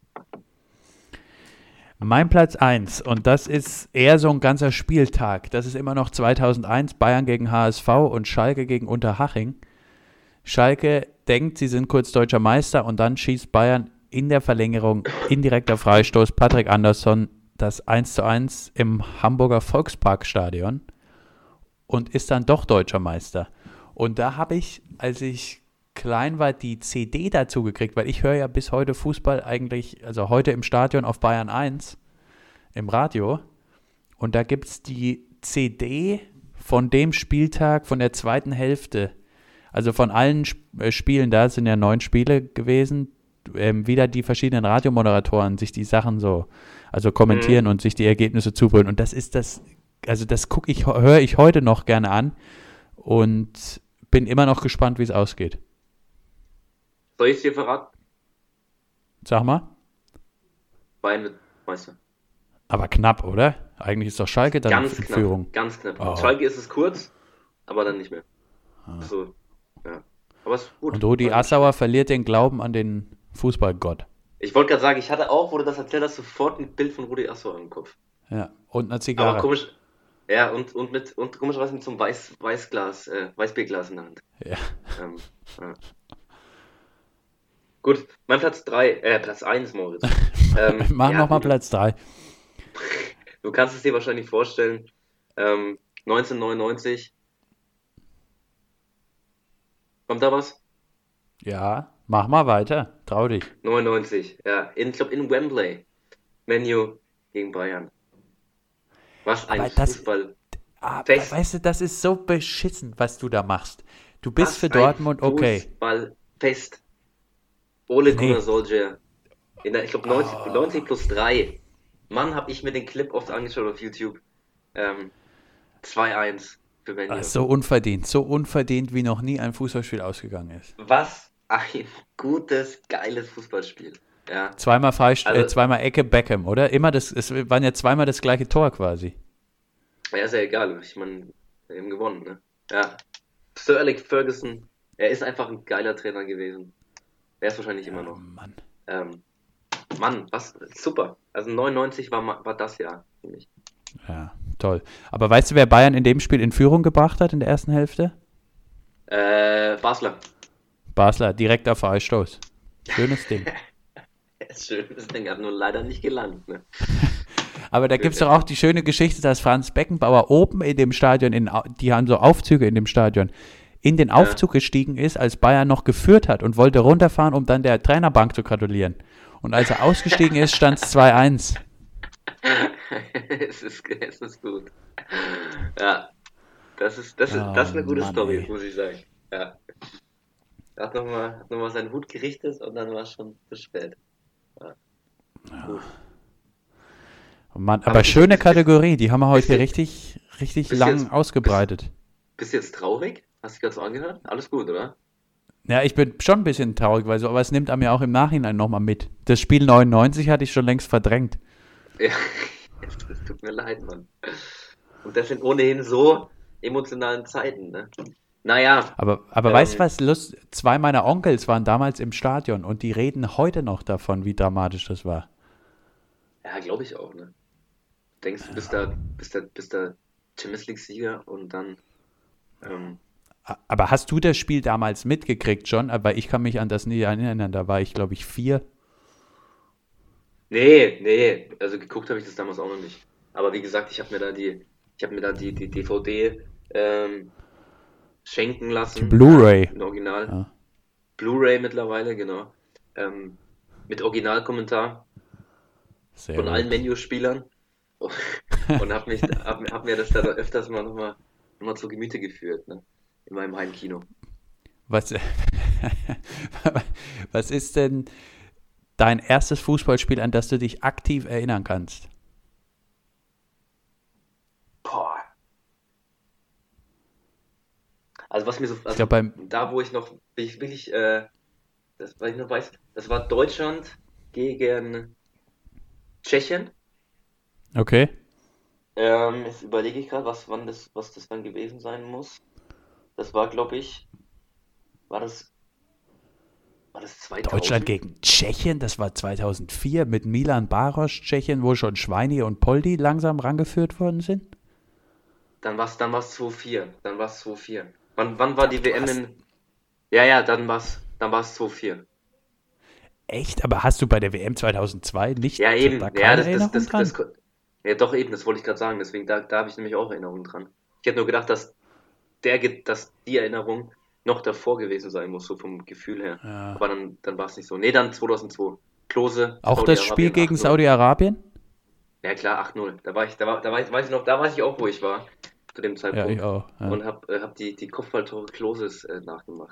Mein Platz 1, und das ist eher so ein ganzer Spieltag. Das ist immer noch 2001, Bayern gegen HSV und Schalke gegen Unterhaching. Schalke denkt, sie sind kurz deutscher Meister und dann schießt Bayern in der Verlängerung indirekter Freistoß Patrick Andersson das 1:1 im Hamburger Volksparkstadion und ist dann doch deutscher Meister. Und da habe ich, als ich klein war, die CD dazu gekriegt, weil ich höre ja bis heute Fußball eigentlich, also heute im Stadion auf Bayern 1 im Radio. Und da gibt es die CD von dem Spieltag, von der zweiten Hälfte. Also von allen Spielen, da sind ja 9 Spiele gewesen, wieder die verschiedenen Radiomoderatoren sich die Sachen so, also kommentieren Mhm. und sich die Ergebnisse zubrüllen. Und das ist also das höre ich heute noch gerne an und bin immer noch gespannt, wie es ausgeht. Soll ich es dir verraten? Sag mal. Bayern wird Meister. Aber knapp, oder? Eigentlich ist doch Schalke dann in Ganz knapp. Führung. Ganz knapp. Oh. Schalke ist es kurz, aber dann nicht mehr. So, ja. Aber es ist gut. Und Rudi War ein Assauer Spiel. verliert den Glauben an den Fußballgott. Ich wollte gerade sagen, ich hatte auch, wo du das erzählt hast, sofort ein Bild von Rudi Assauer im Kopf. Ja. Und eine Aber Zigarre. komisch, ja, und komischerweise mit so einem Weißbierglas in der Hand. Ja. Ähm, ja. Gut, mein Platz 1, Moritz. Mach Ja, nochmal gut, Platz 3. du kannst es dir wahrscheinlich vorstellen. 1999, kommt da was? Ja, mach mal weiter. Trau dich. 99, ja, ich glaube in Wembley. Man U gegen Bayern. Was ein Aber das, Fußballfest. weißt du, das ist so beschissen, was du da machst. Du bist Was für ein Dortmund okay. Fußballfest. Ole Gunnar Nee, Solskjaer. Ich glaube 90 plus 3. Mann, habe ich mir den Clip oft angeschaut auf YouTube. Ähm, 2-1 für Man U. So unverdient, wie noch nie ein Fußballspiel ausgegangen ist. Was ein gutes, geiles Fußballspiel. Ja, Zweimal Ecke Beckham, oder? Es waren ja zweimal das gleiche Tor quasi. ja, ist ja egal. Ich meine, wir haben gewonnen, ne? Ja. Sir Alex Ferguson, er ist einfach ein geiler Trainer gewesen. Er ist wahrscheinlich immer noch. Mann. Ähm, Mann, was super. Also 99 war das Jahr für mich. Ja, toll. Aber weißt du, wer Bayern in dem Spiel in Führung gebracht hat in der ersten Hälfte? Basler. Direkt auf Freistoß. Schönes Ding. Schönes Ding, hat nur leider nicht gelandet, ne? Aber da gibt es doch auch die schöne Geschichte, dass Franz Beckenbauer oben in dem Stadion, die haben so Aufzüge in dem Stadion, in den Aufzug gestiegen ist, als Bayern noch geführt hat und wollte runterfahren, um dann der Trainerbank zu gratulieren. Und als er ausgestiegen ist, stand es 2-1. Es ist gut. Ja, das ist eine gute Mann, Story, ey. muss ich sagen. Ja. Er hat nochmal seinen Hut gerichtet und dann war es schon zu spät. Ja. Gut. Oh Mann, Aber aber schöne bist- Kategorie, die haben wir heute bist du- richtig bist lang jetzt- ausgebreitet. Bist du jetzt traurig? Hast du dich gerade so angehört? Alles gut, oder? Ja, ich bin schon ein bisschen traurig, aber es nimmt einem ja auch im Nachhinein nochmal mit. Das Spiel 99 hatte ich schon längst verdrängt. Ja, es tut mir leid, Mann. Und das sind ohnehin so emotionalen Zeiten, ne? Naja, Aber weißt du was? Zwei meiner Onkels waren damals im Stadion und die reden heute noch davon, wie dramatisch das war. ja, glaube ich auch, ne? Denkst du, bist da Champions League-Sieger und dann, Aber hast du das Spiel damals mitgekriegt schon? Aber ich kann mich an das nie erinnern. Da war ich, glaube ich, 4. nee, also geguckt habe ich das damals auch noch nicht. Aber wie gesagt, ich habe mir da die DVD schenken lassen. Die Blu-ray. Im Original. Ja. Blu-ray mittlerweile, genau. Ähm, mit Originalkommentar Sehr von gut. allen Menu-Spielern. Und hab mir das dann öfters mal nochmal zu Gemüte geführt, ne? In meinem Heimkino. Was, was ist denn dein erstes Fußballspiel, an das du dich aktiv erinnern kannst? Boah. Also was mir so, Ich also glaube, da wo ich noch wirklich, weil ich noch weiß, das war Deutschland gegen Tschechien. okay. Jetzt überlege ich gerade, was das dann gewesen sein muss. Das war, glaube ich, war das, war das Deutschland 2000? gegen Tschechien, das war 2004 mit Milan Baros, Tschechien, wo schon Schweini und Poldi langsam rangeführt worden sind. Dann war's 2-4. Dann war's 2-4. Wann war die WM in. Ja, dann war's 2-4. Echt? Aber hast du bei der WM 2002 nicht Ja, eben. da Ja, keine das, Erinnerung das, dran? das, das, ja, doch eben, das wollte ich gerade sagen. Deswegen, da habe ich nämlich auch Erinnerungen dran. Ich hätte nur gedacht, dass die Erinnerung noch davor gewesen sein muss, so vom Gefühl her. Ja. Aber dann war es nicht so. Nee, dann 2002. Klose, Auch das Spiel Saudi-Arabien, gegen 8-0. Saudi-Arabien? Ja klar, 8-0. Weiß ich noch, da weiß ich auch, wo ich war, zu dem Ja, Zeitpunkt. ich auch. Ja. Und hab die Kopfballtore Kloses nachgemacht.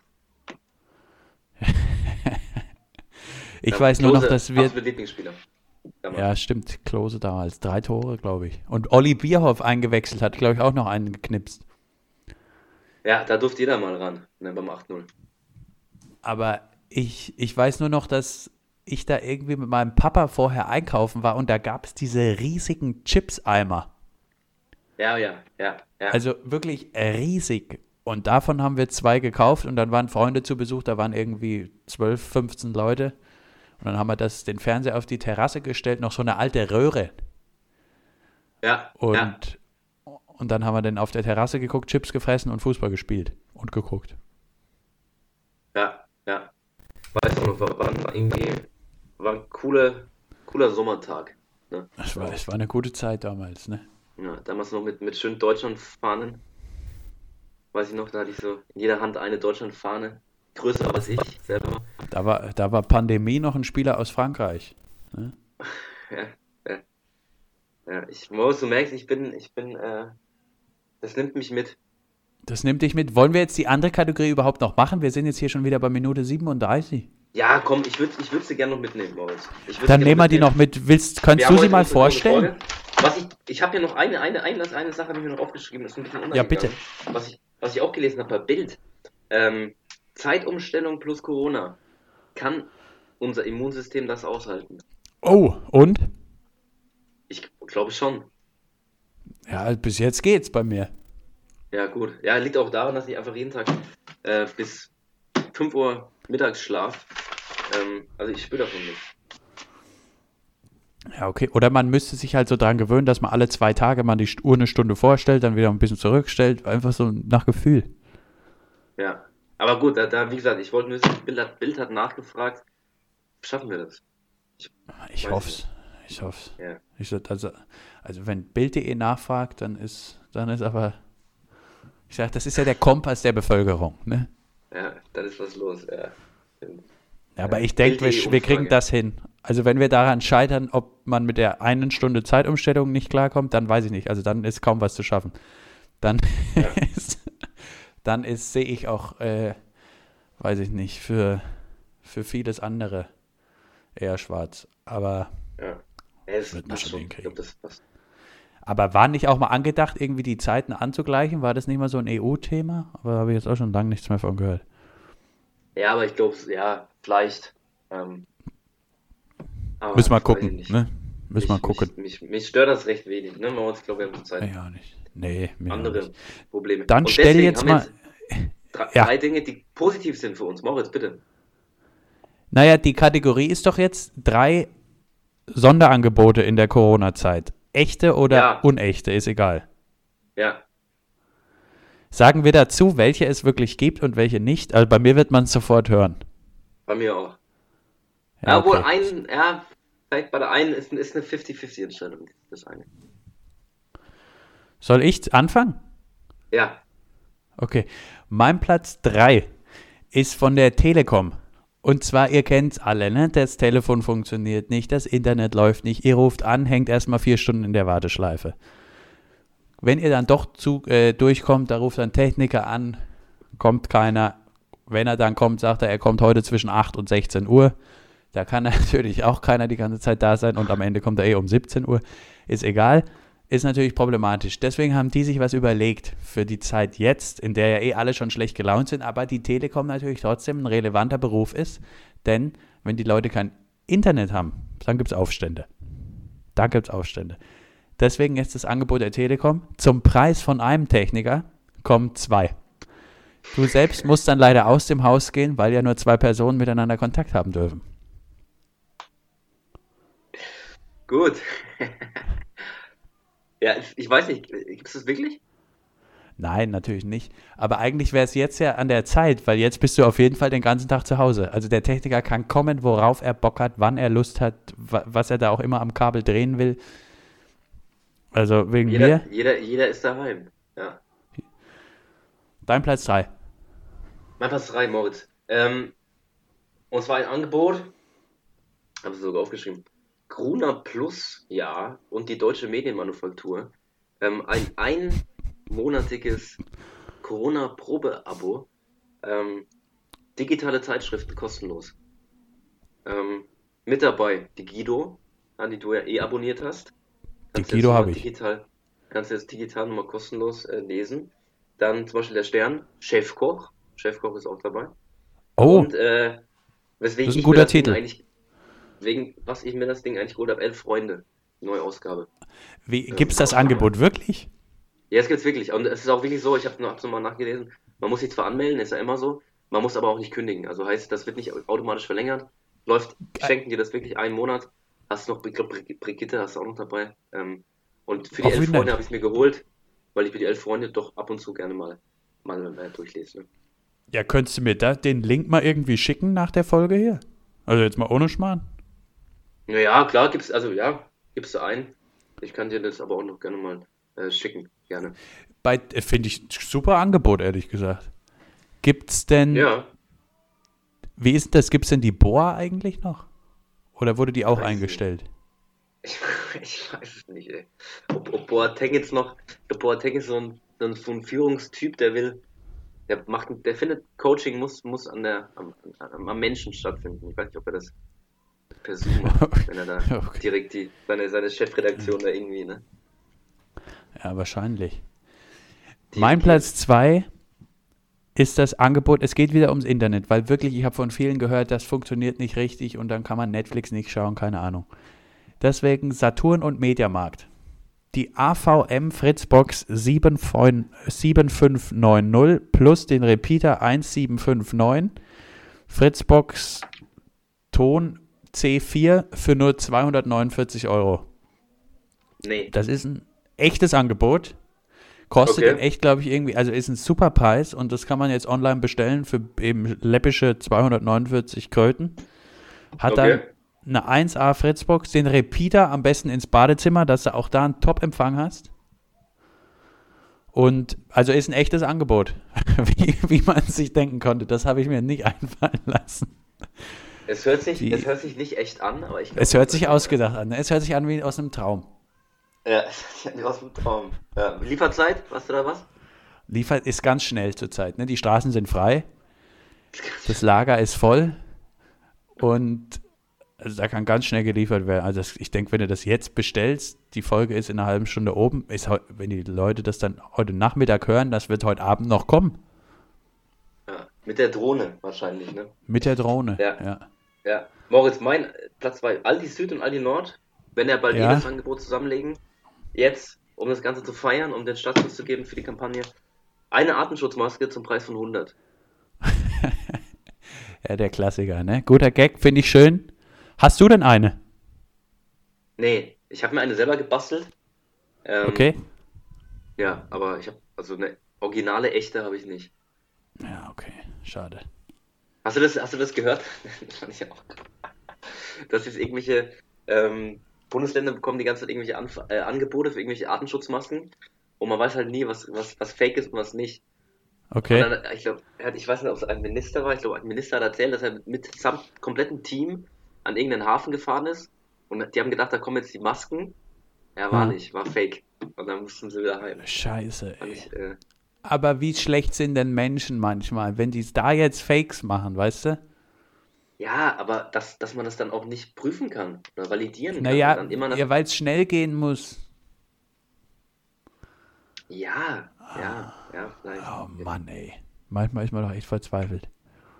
Ich Ja, weiß nur noch, Klose, dass wir. absolut Lieblingsspieler. Damals. Ja, stimmt. Klose damals. 3 Tore, glaube ich. Und Olli Bierhoff eingewechselt hat, glaube ich, auch noch einen geknipst. Ja, da durfte jeder mal ran, ne, beim 8-0. Aber ich weiß nur noch, dass ich da irgendwie mit meinem Papa vorher einkaufen war und da gab es diese riesigen Chips-Eimer. Ja. Also wirklich riesig. Und davon haben wir 2 gekauft und dann waren Freunde zu Besuch, da waren irgendwie 12, 15 Leute. Und dann haben wir den Fernseher auf die Terrasse gestellt, noch so eine alte Röhre. Ja. Und dann haben wir dann auf der Terrasse geguckt, Chips gefressen und Fußball gespielt und geguckt. Ja. Weißt du, war ein cooler Sommertag. Ne? Es war eine gute Zeit damals, ne? Ja, damals noch mit schönen Deutschlandfahnen. Weiß ich noch, da hatte ich so in jeder Hand eine Deutschlandfahne. Größer als ich selber. Da war Pandemie noch ein Spieler aus Frankreich. Ne? Ja. Du merkst, das nimmt mich mit. Das nimmt dich mit. Wollen wir jetzt die andere Kategorie überhaupt noch machen? Wir sind jetzt hier schon wieder bei Minute 37. Ja, komm, ich würd sie gerne noch mitnehmen, Moritz. Dann nehmen wir die noch mit. Kannst du sie mal vorstellen? Ich habe hier noch eine Sache habe ich mir noch aufgeschrieben, das ist ein bisschen Ja, bitte. untergegangen. Was ich auch gelesen habe bei Bild. Zeitumstellung plus Corona. Kann unser Immunsystem das aushalten? Oh, und? Ich glaube schon. Ja, bis jetzt geht's bei mir. Ja, gut. Ja, liegt auch daran, dass ich einfach jeden Tag bis 5 Uhr mittags schlaf. Also ich spüre davon nicht. Ja, okay. Oder man müsste sich halt so dran gewöhnen, dass man alle 2 Tage mal die Uhr eine Stunde vorstellt, dann wieder ein bisschen zurückstellt. Einfach so nach Gefühl. Ja. Aber gut, wie gesagt, ich wollte nur wissen, Bild hat nachgefragt. Schaffen wir das? Ich Weiß hoffe nicht. es. Ich hoffe Ja. es. Also wenn Bild.de nachfragt, dann ist aber, ich sage, das ist ja der Kompass der Bevölkerung. Ne? Ja, dann ist was los. Ja. Ja, aber ich denke, wir kriegen Bild.de-Umfrage. das hin. Also wenn wir daran scheitern, ob man mit der einen Stunde Zeitumstellung nicht klarkommt, dann weiß ich nicht. Also dann ist kaum was zu schaffen. Dann Ja. sehe ich auch, weiß ich nicht, für vieles andere eher schwarz. Aber Ja. Es wird man passt schon schon. Ich hinkriegen. glaube, das passt. Aber war nicht auch mal angedacht, irgendwie die Zeiten anzugleichen? War das nicht mal so ein EU-Thema? Aber da habe ich jetzt auch schon lange nichts mehr von gehört. Ja, aber ich glaube, ja, vielleicht. Ähm, aber Müssen wir weiß ich gucken, nicht. ne? Müssen wir gucken. Mich stört das recht wenig. Ne? Ich glaube, wir haben zurzeit Ja, nicht. Nee, mir auch andere nicht. Probleme. Dann Und stell deswegen jetzt haben wir mal. jetzt Ja, drei Dinge, die positiv sind für uns. Moritz, bitte. naja, die Kategorie ist doch jetzt 3 Sonderangebote in der Corona-Zeit. Echte oder Ja, unechte, ist egal. ja, Sagen wir dazu, welche es wirklich gibt und welche nicht. Also bei mir wird man es sofort hören. bei mir auch. Ja, Ja, wohl okay. vielleicht bei der einen ist eine 50-50-Entscheidung. Das eine. Soll ich anfangen? Ja, Okay. Mein Platz 3 ist von der Telekom. Und zwar, ihr kennt es alle, ne? Das Telefon funktioniert nicht, das Internet läuft nicht, ihr ruft an, hängt erstmal 4 Stunden in der Warteschleife. Wenn ihr dann doch durchkommt, da ruft ein Techniker an, kommt keiner. Wenn er dann kommt, sagt er kommt heute zwischen 8 und 16 Uhr. Da kann natürlich auch keiner die ganze Zeit da sein und am Ende kommt er um 17 Uhr. Ist egal. Ist natürlich problematisch. Deswegen haben die sich was überlegt für die Zeit jetzt, in der ja alle schon schlecht gelaunt sind, aber die Telekom natürlich trotzdem ein relevanter Beruf ist. Denn wenn die Leute kein Internet haben, dann gibt es Aufstände. Da gibt es Aufstände. Deswegen ist das Angebot der Telekom zum Preis von einem Techniker kommen 2. Du selbst musst dann leider aus dem Haus gehen, weil ja nur 2 Personen miteinander Kontakt haben dürfen. gut. Ja, ich weiß nicht, gibt es das wirklich? Nein, natürlich nicht. Aber eigentlich wäre es jetzt ja an der Zeit, weil jetzt bist du auf jeden Fall den ganzen Tag zu Hause. Also der Techniker kann kommen, worauf er Bock hat, wann er Lust hat, was er da auch immer am Kabel drehen will. Also wegen mir, Jeder ist daheim. Ja. dein Platz 3. Mein Platz 3, Moritz. Und zwar ein Angebot, habe ich sogar aufgeschrieben. Gruner Plus, ja, und die Deutsche Medienmanufaktur. Ein einmonatiges Corona-Probe-Abo. Ähm, digitale Zeitschriften kostenlos. Mit dabei die Guido, an die du ja eh abonniert hast. Die Kannst du jetzt Guido nochmal habe ich. kannst du jetzt digital nochmal kostenlos lesen. Dann zum Beispiel der Stern, Chefkoch. Chefkoch ist auch dabei. Oh, Und das weswegen ist ein ich mir guter das Ding Titel. eigentlich, wegen was ich mir das Ding eigentlich geholt habe, 11 Freunde, neue Ausgabe. Gibt es das Kostenfrei. Angebot wirklich? Ja, es gibt's wirklich. Und es ist auch wirklich so, ich hab's nochmal nachgelesen, man muss sich zwar anmelden, ist ja immer so, man muss aber auch nicht kündigen. Also heißt, das wird nicht automatisch verlängert. Die schenken dir das wirklich einen Monat. Hast noch, ich glaube, Brigitte hast du auch noch dabei. Und für die Auch wie 11 Freunde nett. habe ich es mir geholt, weil ich mir die 11 Freunde doch ab und zu gerne mal durchlese. Ne? Ja, könntest du mir da den Link mal irgendwie schicken nach der Folge hier? Also jetzt mal ohne Schmarrn. Naja, klar, gibst du ein. Ich kann dir das aber auch noch gerne mal schicken. Gerne. Finde ich super Angebot, ehrlich gesagt. Gibt's denn, Ja, wie ist das, gibt's denn die Boa eigentlich noch? Oder wurde die ich auch weiß es nicht. eingestellt? Ich, ich weiß es nicht, ey. Ob Boateng jetzt noch. Ich glaub, Boateng ist so ein Führungstyp, der will Der findet, Coaching muss am Menschen stattfinden. Ich weiß nicht, ob er das per Zoom macht, wenn er da Okay. direkt seine Chefredaktion da irgendwie, ne? Ja, wahrscheinlich. Mein Dirigiert. Platz 2 ist das Angebot, es geht wieder ums Internet, weil wirklich, ich habe von vielen gehört, das funktioniert nicht richtig und dann kann man Netflix nicht schauen, keine Ahnung. Deswegen Saturn und Mediamarkt. Die AVM Fritzbox 7590 plus den Repeater 1759, Fritzbox Ton C4 für nur 249 Euro. Nee. Das ist ein echtes Angebot. Kostet Okay. in echt, glaube ich, irgendwie, also ist ein super Preis und das kann man jetzt online bestellen für eben läppische 249 Kröten. Hat dann Okay. eine 1A Fritzbox, den Repeater am besten ins Badezimmer, dass du auch da einen Top-Empfang hast. Und also ist ein echtes Angebot, wie man sich denken konnte. Das habe ich mir nicht einfallen lassen. Es hört sich nicht echt an, aber ich glaube, Es hört sich ausgedacht an. Es hört sich an wie aus einem Traum. Ja, aus dem Traum. Ja. Lieferzeit, weißt du da was? Liefert ist ganz schnell zurzeit. Ne? Die Straßen sind frei, das Lager ist voll und also da kann ganz schnell geliefert werden. Also ich denke, wenn du das jetzt bestellst, die Folge ist in einer halben Stunde oben, wenn die Leute das dann heute Nachmittag hören, das wird heute Abend noch kommen. Ja. Mit der Drohne wahrscheinlich, ne? Mit der Drohne. Ja. Ja. Ja. Moritz, mein Platz 2, Aldi Süd und Aldi Nord, wenn er bald Ja. jedes Angebot zusammenlegen, jetzt, um das Ganze zu feiern, um den Startschuss zu geben für die Kampagne, eine Atemschutzmaske zum Preis von 100. Ja, der Klassiker, ne? Guter Gag, finde ich schön. Hast du denn eine? Nee, ich habe mir eine selber gebastelt. Okay. Ja, aber also eine originale, echte habe ich nicht. Ja, okay. Schade. Hast du das gehört? Das fand ich auch. Dass jetzt irgendwelche Bundesländer bekommen die ganze Zeit irgendwelche Angebote für irgendwelche Atemschutzmasken und man weiß halt nie, was fake ist und was nicht. Und Okay. dann, ich glaube, ich weiß nicht, ob es ein Minister war, ich glaube, ein Minister hat erzählt, dass er samt komplettem Team an irgendeinen Hafen gefahren ist und die haben gedacht, da kommen jetzt die Masken. Ja, war Hm. nicht, war fake. Und dann mussten sie wieder heim. Scheiße, Fand ey. ich, Aber wie schlecht sind denn Menschen manchmal, wenn die da jetzt Fakes machen, weißt du? ja, aber dass man das dann auch nicht prüfen kann oder validieren kann. Und Naja, dann immer ja, weil es schnell gehen muss. ja, vielleicht. Oh Mann, ey. Manchmal ist man doch echt verzweifelt.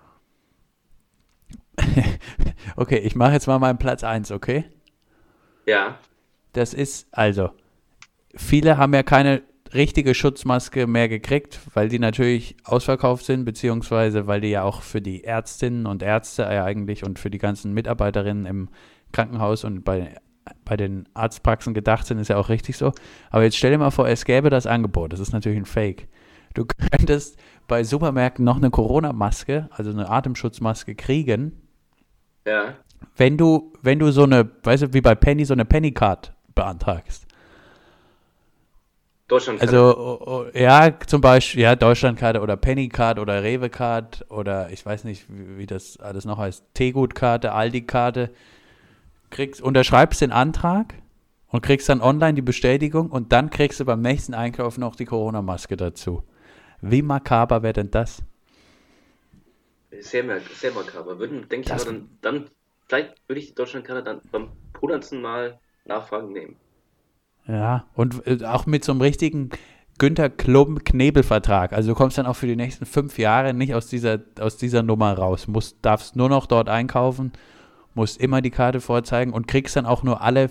Okay, ich mache jetzt mal meinen Platz 1, okay? Ja, Das ist, also, viele haben ja keine richtige Schutzmaske mehr gekriegt, weil die natürlich ausverkauft sind, beziehungsweise weil die ja auch für die Ärztinnen und Ärzte ja eigentlich und für die ganzen Mitarbeiterinnen im Krankenhaus und bei den Arztpraxen gedacht sind, ist ja auch richtig so. Aber jetzt stell dir mal vor, es gäbe das Angebot, das ist natürlich ein Fake. Du könntest bei Supermärkten noch eine Corona-Maske, also eine Atemschutzmaske kriegen, ja. wenn du so eine, weißt du, wie bei Penny, so eine Penny-Card beantragst. Deutschland kann Ja, zum Beispiel, ja, Deutschlandkarte oder Penny-Card oder Rewe-Card oder ich weiß nicht, wie das alles noch heißt, Teegut-Karte, Aldi-Karte, unterschreibst den Antrag und kriegst dann online die Bestätigung und dann kriegst du beim nächsten Einkauf noch die Corona-Maske dazu. Wie makaber wäre denn das? sehr makaber. Denke ich Das- aber dann, vielleicht würde ich die Deutschlandkarte dann beim 100. Mal Nachfragen nehmen. Ja, und auch mit so einem richtigen Günther Knebel-Vertrag. Also du kommst dann auch für die nächsten 5 Jahre nicht aus dieser Nummer raus. Darfst nur noch dort einkaufen, musst immer die Karte vorzeigen und kriegst dann auch nur alle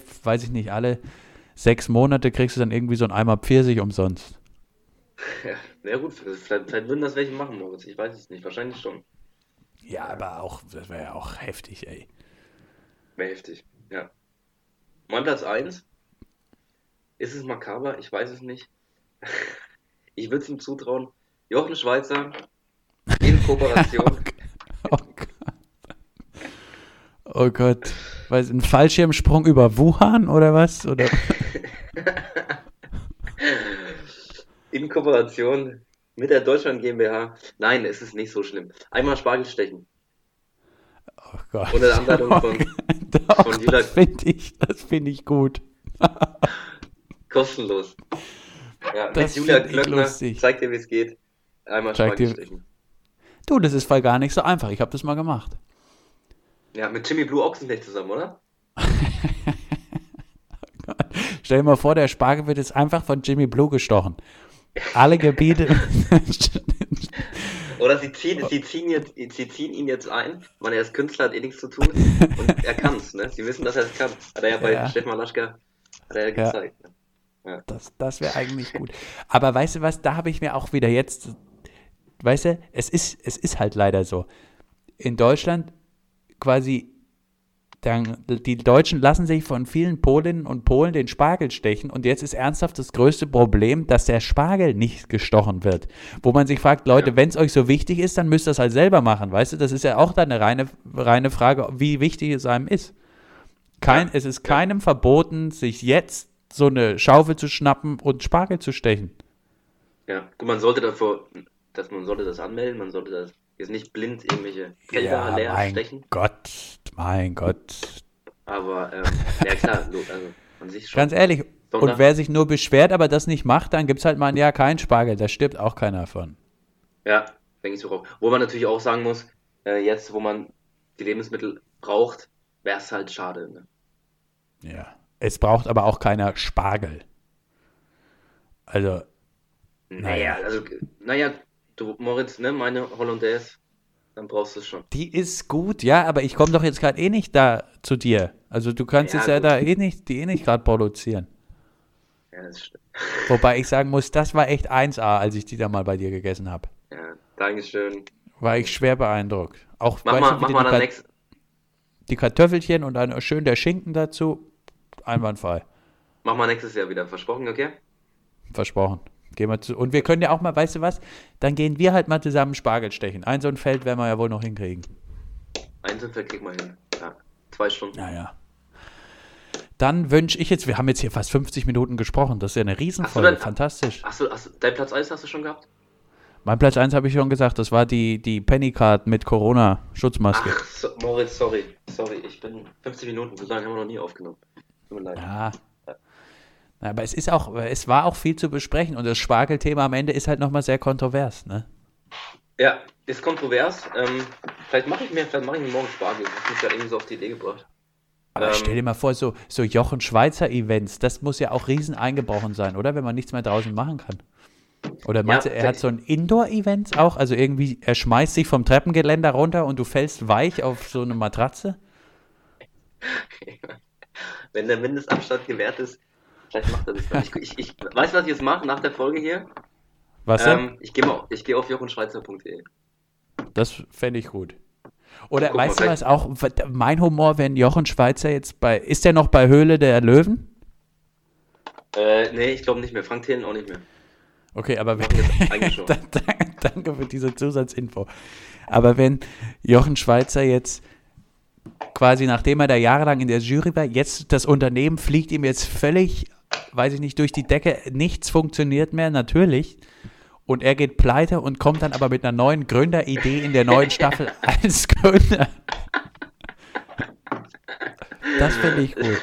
6 Monate kriegst du dann irgendwie so einen Eimer Pfirsich umsonst. Ja, na gut, vielleicht würden das welche machen, Moritz. Ich weiß es nicht. Wahrscheinlich schon. Ja, aber auch, das wäre ja auch heftig, ey. Wäre heftig. Ja. Mein Platz 1. Ist es makaber? Ich weiß es nicht. Ich würde es ihm zutrauen. Jochen Schweizer in Kooperation. Oh Gott. Oh Gott. Ein Fallschirmsprung über Wuhan oder was? Oder? In Kooperation mit der Deutschland GmbH. Nein, es ist nicht so schlimm. Einmal Spargel stechen. Oh Gott. Unter der Anleitung von Doch, Julia. das find ich gut. Kostenlos. Ja, Das mit Julia find ich Klöckner lustig. zeigt dir, wie es geht. Einmal Zeig Spargel dir. stechen. Du, das ist voll gar nicht so einfach. Ich habe das mal gemacht. Ja, mit Jimmy Blue Ochsenknecht zusammen, oder? Stell dir mal vor, der Spargel wird jetzt einfach von Jimmy Blue gestochen. Alle Gebiete. Oder sie ziehen ihn jetzt ein, weil er ist Künstler, hat eh nichts zu tun und er kann's, ne? Sie wissen, dass er es kann. Hat er ja bei Ja. Stefan Malaschka Ja. gezeigt. Ne? Ja. Das wäre eigentlich gut. Aber weißt du was, da habe ich mir auch wieder jetzt, weißt du, es ist halt leider so. In Deutschland quasi, die Deutschen lassen sich von vielen Polinnen und Polen den Spargel stechen und jetzt ist ernsthaft das größte Problem, dass der Spargel nicht gestochen wird. Wo man sich fragt, Leute, Ja. wenn es euch so wichtig ist, dann müsst ihr es halt selber machen, weißt du? Das ist ja auch dann eine reine Frage, wie wichtig es einem ist. Ja. Es ist keinem verboten, sich jetzt so eine Schaufel zu schnappen und Spargel zu stechen. Ja. Gut, man sollte das anmelden, man sollte das jetzt nicht blind irgendwelche Felder Ja, leer mein stechen. Mein Gott. Aber ja klar, also an sich schon. Ganz ehrlich, und Sonntag, wer sich nur beschwert, aber das nicht macht, dann gibt es halt mal ein Jahr keinen Spargel. Da stirbt auch keiner von. ja, denke ich so auch. Wo man natürlich auch sagen muss, jetzt, wo man die Lebensmittel braucht, wäre es halt schade. Ne? Ja. Es braucht aber auch keiner Spargel. Also, Naja, du Moritz, ne, meine Hollandaise, dann brauchst du es schon. die ist gut, ja, aber ich komme doch jetzt gerade eh nicht da zu dir. Also du kannst Ja, jetzt ja gut. da die eh nicht gerade produzieren. Ja, das stimmt. Wobei ich sagen muss, das war echt 1A, als ich die da mal bei dir gegessen habe. Ja, Dankeschön. War ich schwer beeindruckt. Auch, Mach weißt mal, du, mach wie mal dann nächstes. die Kartoffelchen und dann schön der Schinken dazu. Einwandfrei. Mach mal nächstes Jahr wieder. Versprochen, okay? Versprochen. Gehen wir zu. Und wir können ja auch mal, weißt du was? Dann gehen wir halt mal zusammen Spargel stechen. Ein so ein Feld werden wir ja wohl noch hinkriegen. Einzelfeld krieg mal hin. Ja, 2 Stunden. Naja. Dann wünsche ich jetzt, wir haben jetzt hier fast 50 Minuten gesprochen. Das ist ja eine Hast du Riesenfolge. denn- Fantastisch. Dein Platz 1 hast du schon gehabt? Mein Platz 1 habe ich schon gesagt. Das war die Pennycard mit Corona-Schutzmaske. Ach, Moritz, sorry. Ich bin 50 Minuten. So lange haben wir noch nie aufgenommen. Tut mir leid. Ja. Na, aber es war auch viel zu besprechen. Und das Spargelthema am Ende ist halt nochmal sehr kontrovers, ne? Ja, ist kontrovers. Vielleicht mache ich mir morgen Spargel. Das hat mich ja irgendwie so auf die Idee gebracht. Aber stell dir mal vor, so Jochen Schweizer Events, das muss ja auch riesen eingebrochen sein, oder? Wenn man nichts mehr draußen machen kann. Oder meinst Ja, du, er hat so ein Indoor-Event auch? Also irgendwie, er schmeißt sich vom Treppengeländer runter und du fällst weich auf so eine Matratze? Wenn der Mindestabstand gewährt ist, vielleicht macht er das dann. Ich weiß, was ich jetzt mache nach der Folge hier. Was denn? Ich gehe auf jochenschweizer.de. Das fände ich gut. Oder Guck mal, weißt du was auch, mein Humor, wenn Jochen Schweizer jetzt ist der noch bei Höhle der Löwen? Nee, ich glaube nicht mehr. Frank Thelen auch nicht mehr. Okay, aber Machen jetzt eigentlich schon. Danke für diese Zusatzinfo. Aber wenn Jochen Schweizer jetzt quasi, nachdem er da jahrelang in der Jury war, jetzt das Unternehmen fliegt ihm jetzt völlig, weiß ich nicht, durch die Decke, nichts funktioniert mehr, natürlich. Und er geht pleite und kommt dann aber mit einer neuen Gründeridee in der neuen Staffel als Gründer. Das finde ich gut.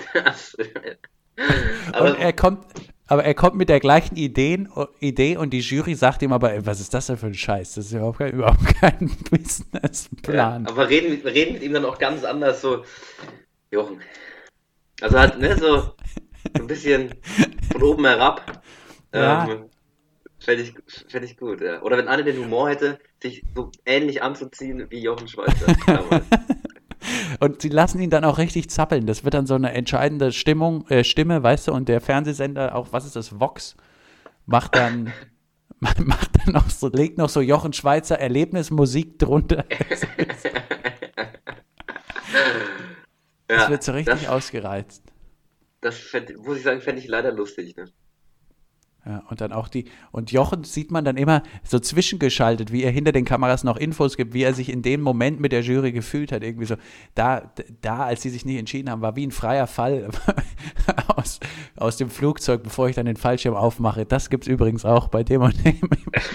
Aber Und er kommt mit der gleichen Idee und die Jury sagt ihm aber, ey, was ist das denn für ein Scheiß? Das ist überhaupt kein Businessplan. aber reden mit ihm dann auch ganz anders, so, Jochen. Also halt, ne, so ein bisschen von oben herab. Ja. Fände ich gut, ja. Oder wenn einer den Humor hätte, sich so ähnlich anzuziehen wie Jochen Schweizer damals. Und sie lassen ihn dann auch richtig zappeln. Das wird dann so eine entscheidende Stimme, weißt du, und der Fernsehsender, auch, was ist das, Vox, legt noch so Jochen Schweizer Erlebnismusik drunter. Das wird so richtig ausgereizt. Muss ich sagen, fände ich leider lustig, ne? Ja, und dann auch und Jochen sieht man dann immer so zwischengeschaltet, wie er hinter den Kameras noch Infos gibt, wie er sich in dem Moment mit der Jury gefühlt hat, irgendwie so, da, als sie sich nicht entschieden haben, war wie ein freier Fall aus dem Flugzeug, bevor ich dann den Fallschirm aufmache. Das gibt's übrigens auch bei dem und dem.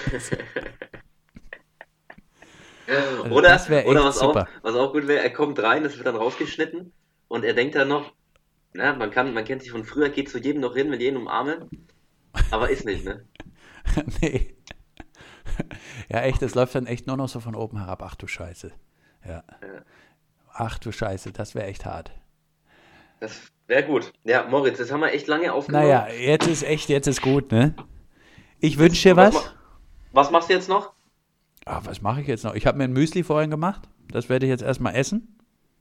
Also Oder das wär echt was super. was auch gut wäre, er kommt rein, das wird dann rausgeschnitten und er denkt dann noch, na, man kennt sich von früher, geht zu jedem noch hin, will jeden umarmen, aber ist nicht, ne? Nee. Ja, echt, das läuft dann echt nur noch so von oben herab. Ach du Scheiße. Ja. Ja, Ach du Scheiße, das wäre echt hart. das wäre gut. Ja, Moritz, jetzt haben wir echt lange aufgenommen. Naja, jetzt ist gut, ne? Ich wünsche dir was. Was machst du jetzt noch? Ah, was mache ich jetzt noch? Ich habe mir ein Müsli vorhin gemacht. Das werde ich jetzt erstmal essen.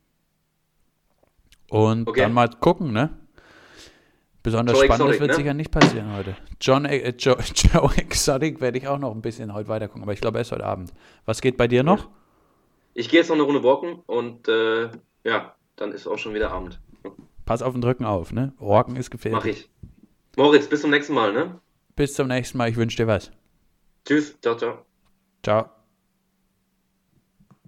Und Okay. dann mal gucken, ne? Besonders Joe Spannendes Exotic, wird ne? sicher nicht passieren heute. Joe Exotic werde ich auch noch ein bisschen heute weiter gucken, aber ich glaube erst heute Abend. Was geht bei dir noch? Ich gehe jetzt noch eine Runde walken und ja, dann ist auch schon wieder Abend. Pass auf den Rücken auf, ne? Orken ist Mach gefährlich. ich. Moritz, bis zum nächsten Mal, ne? Bis zum nächsten Mal. Ich wünsche dir was. Tschüss, ciao, ciao. Ciao.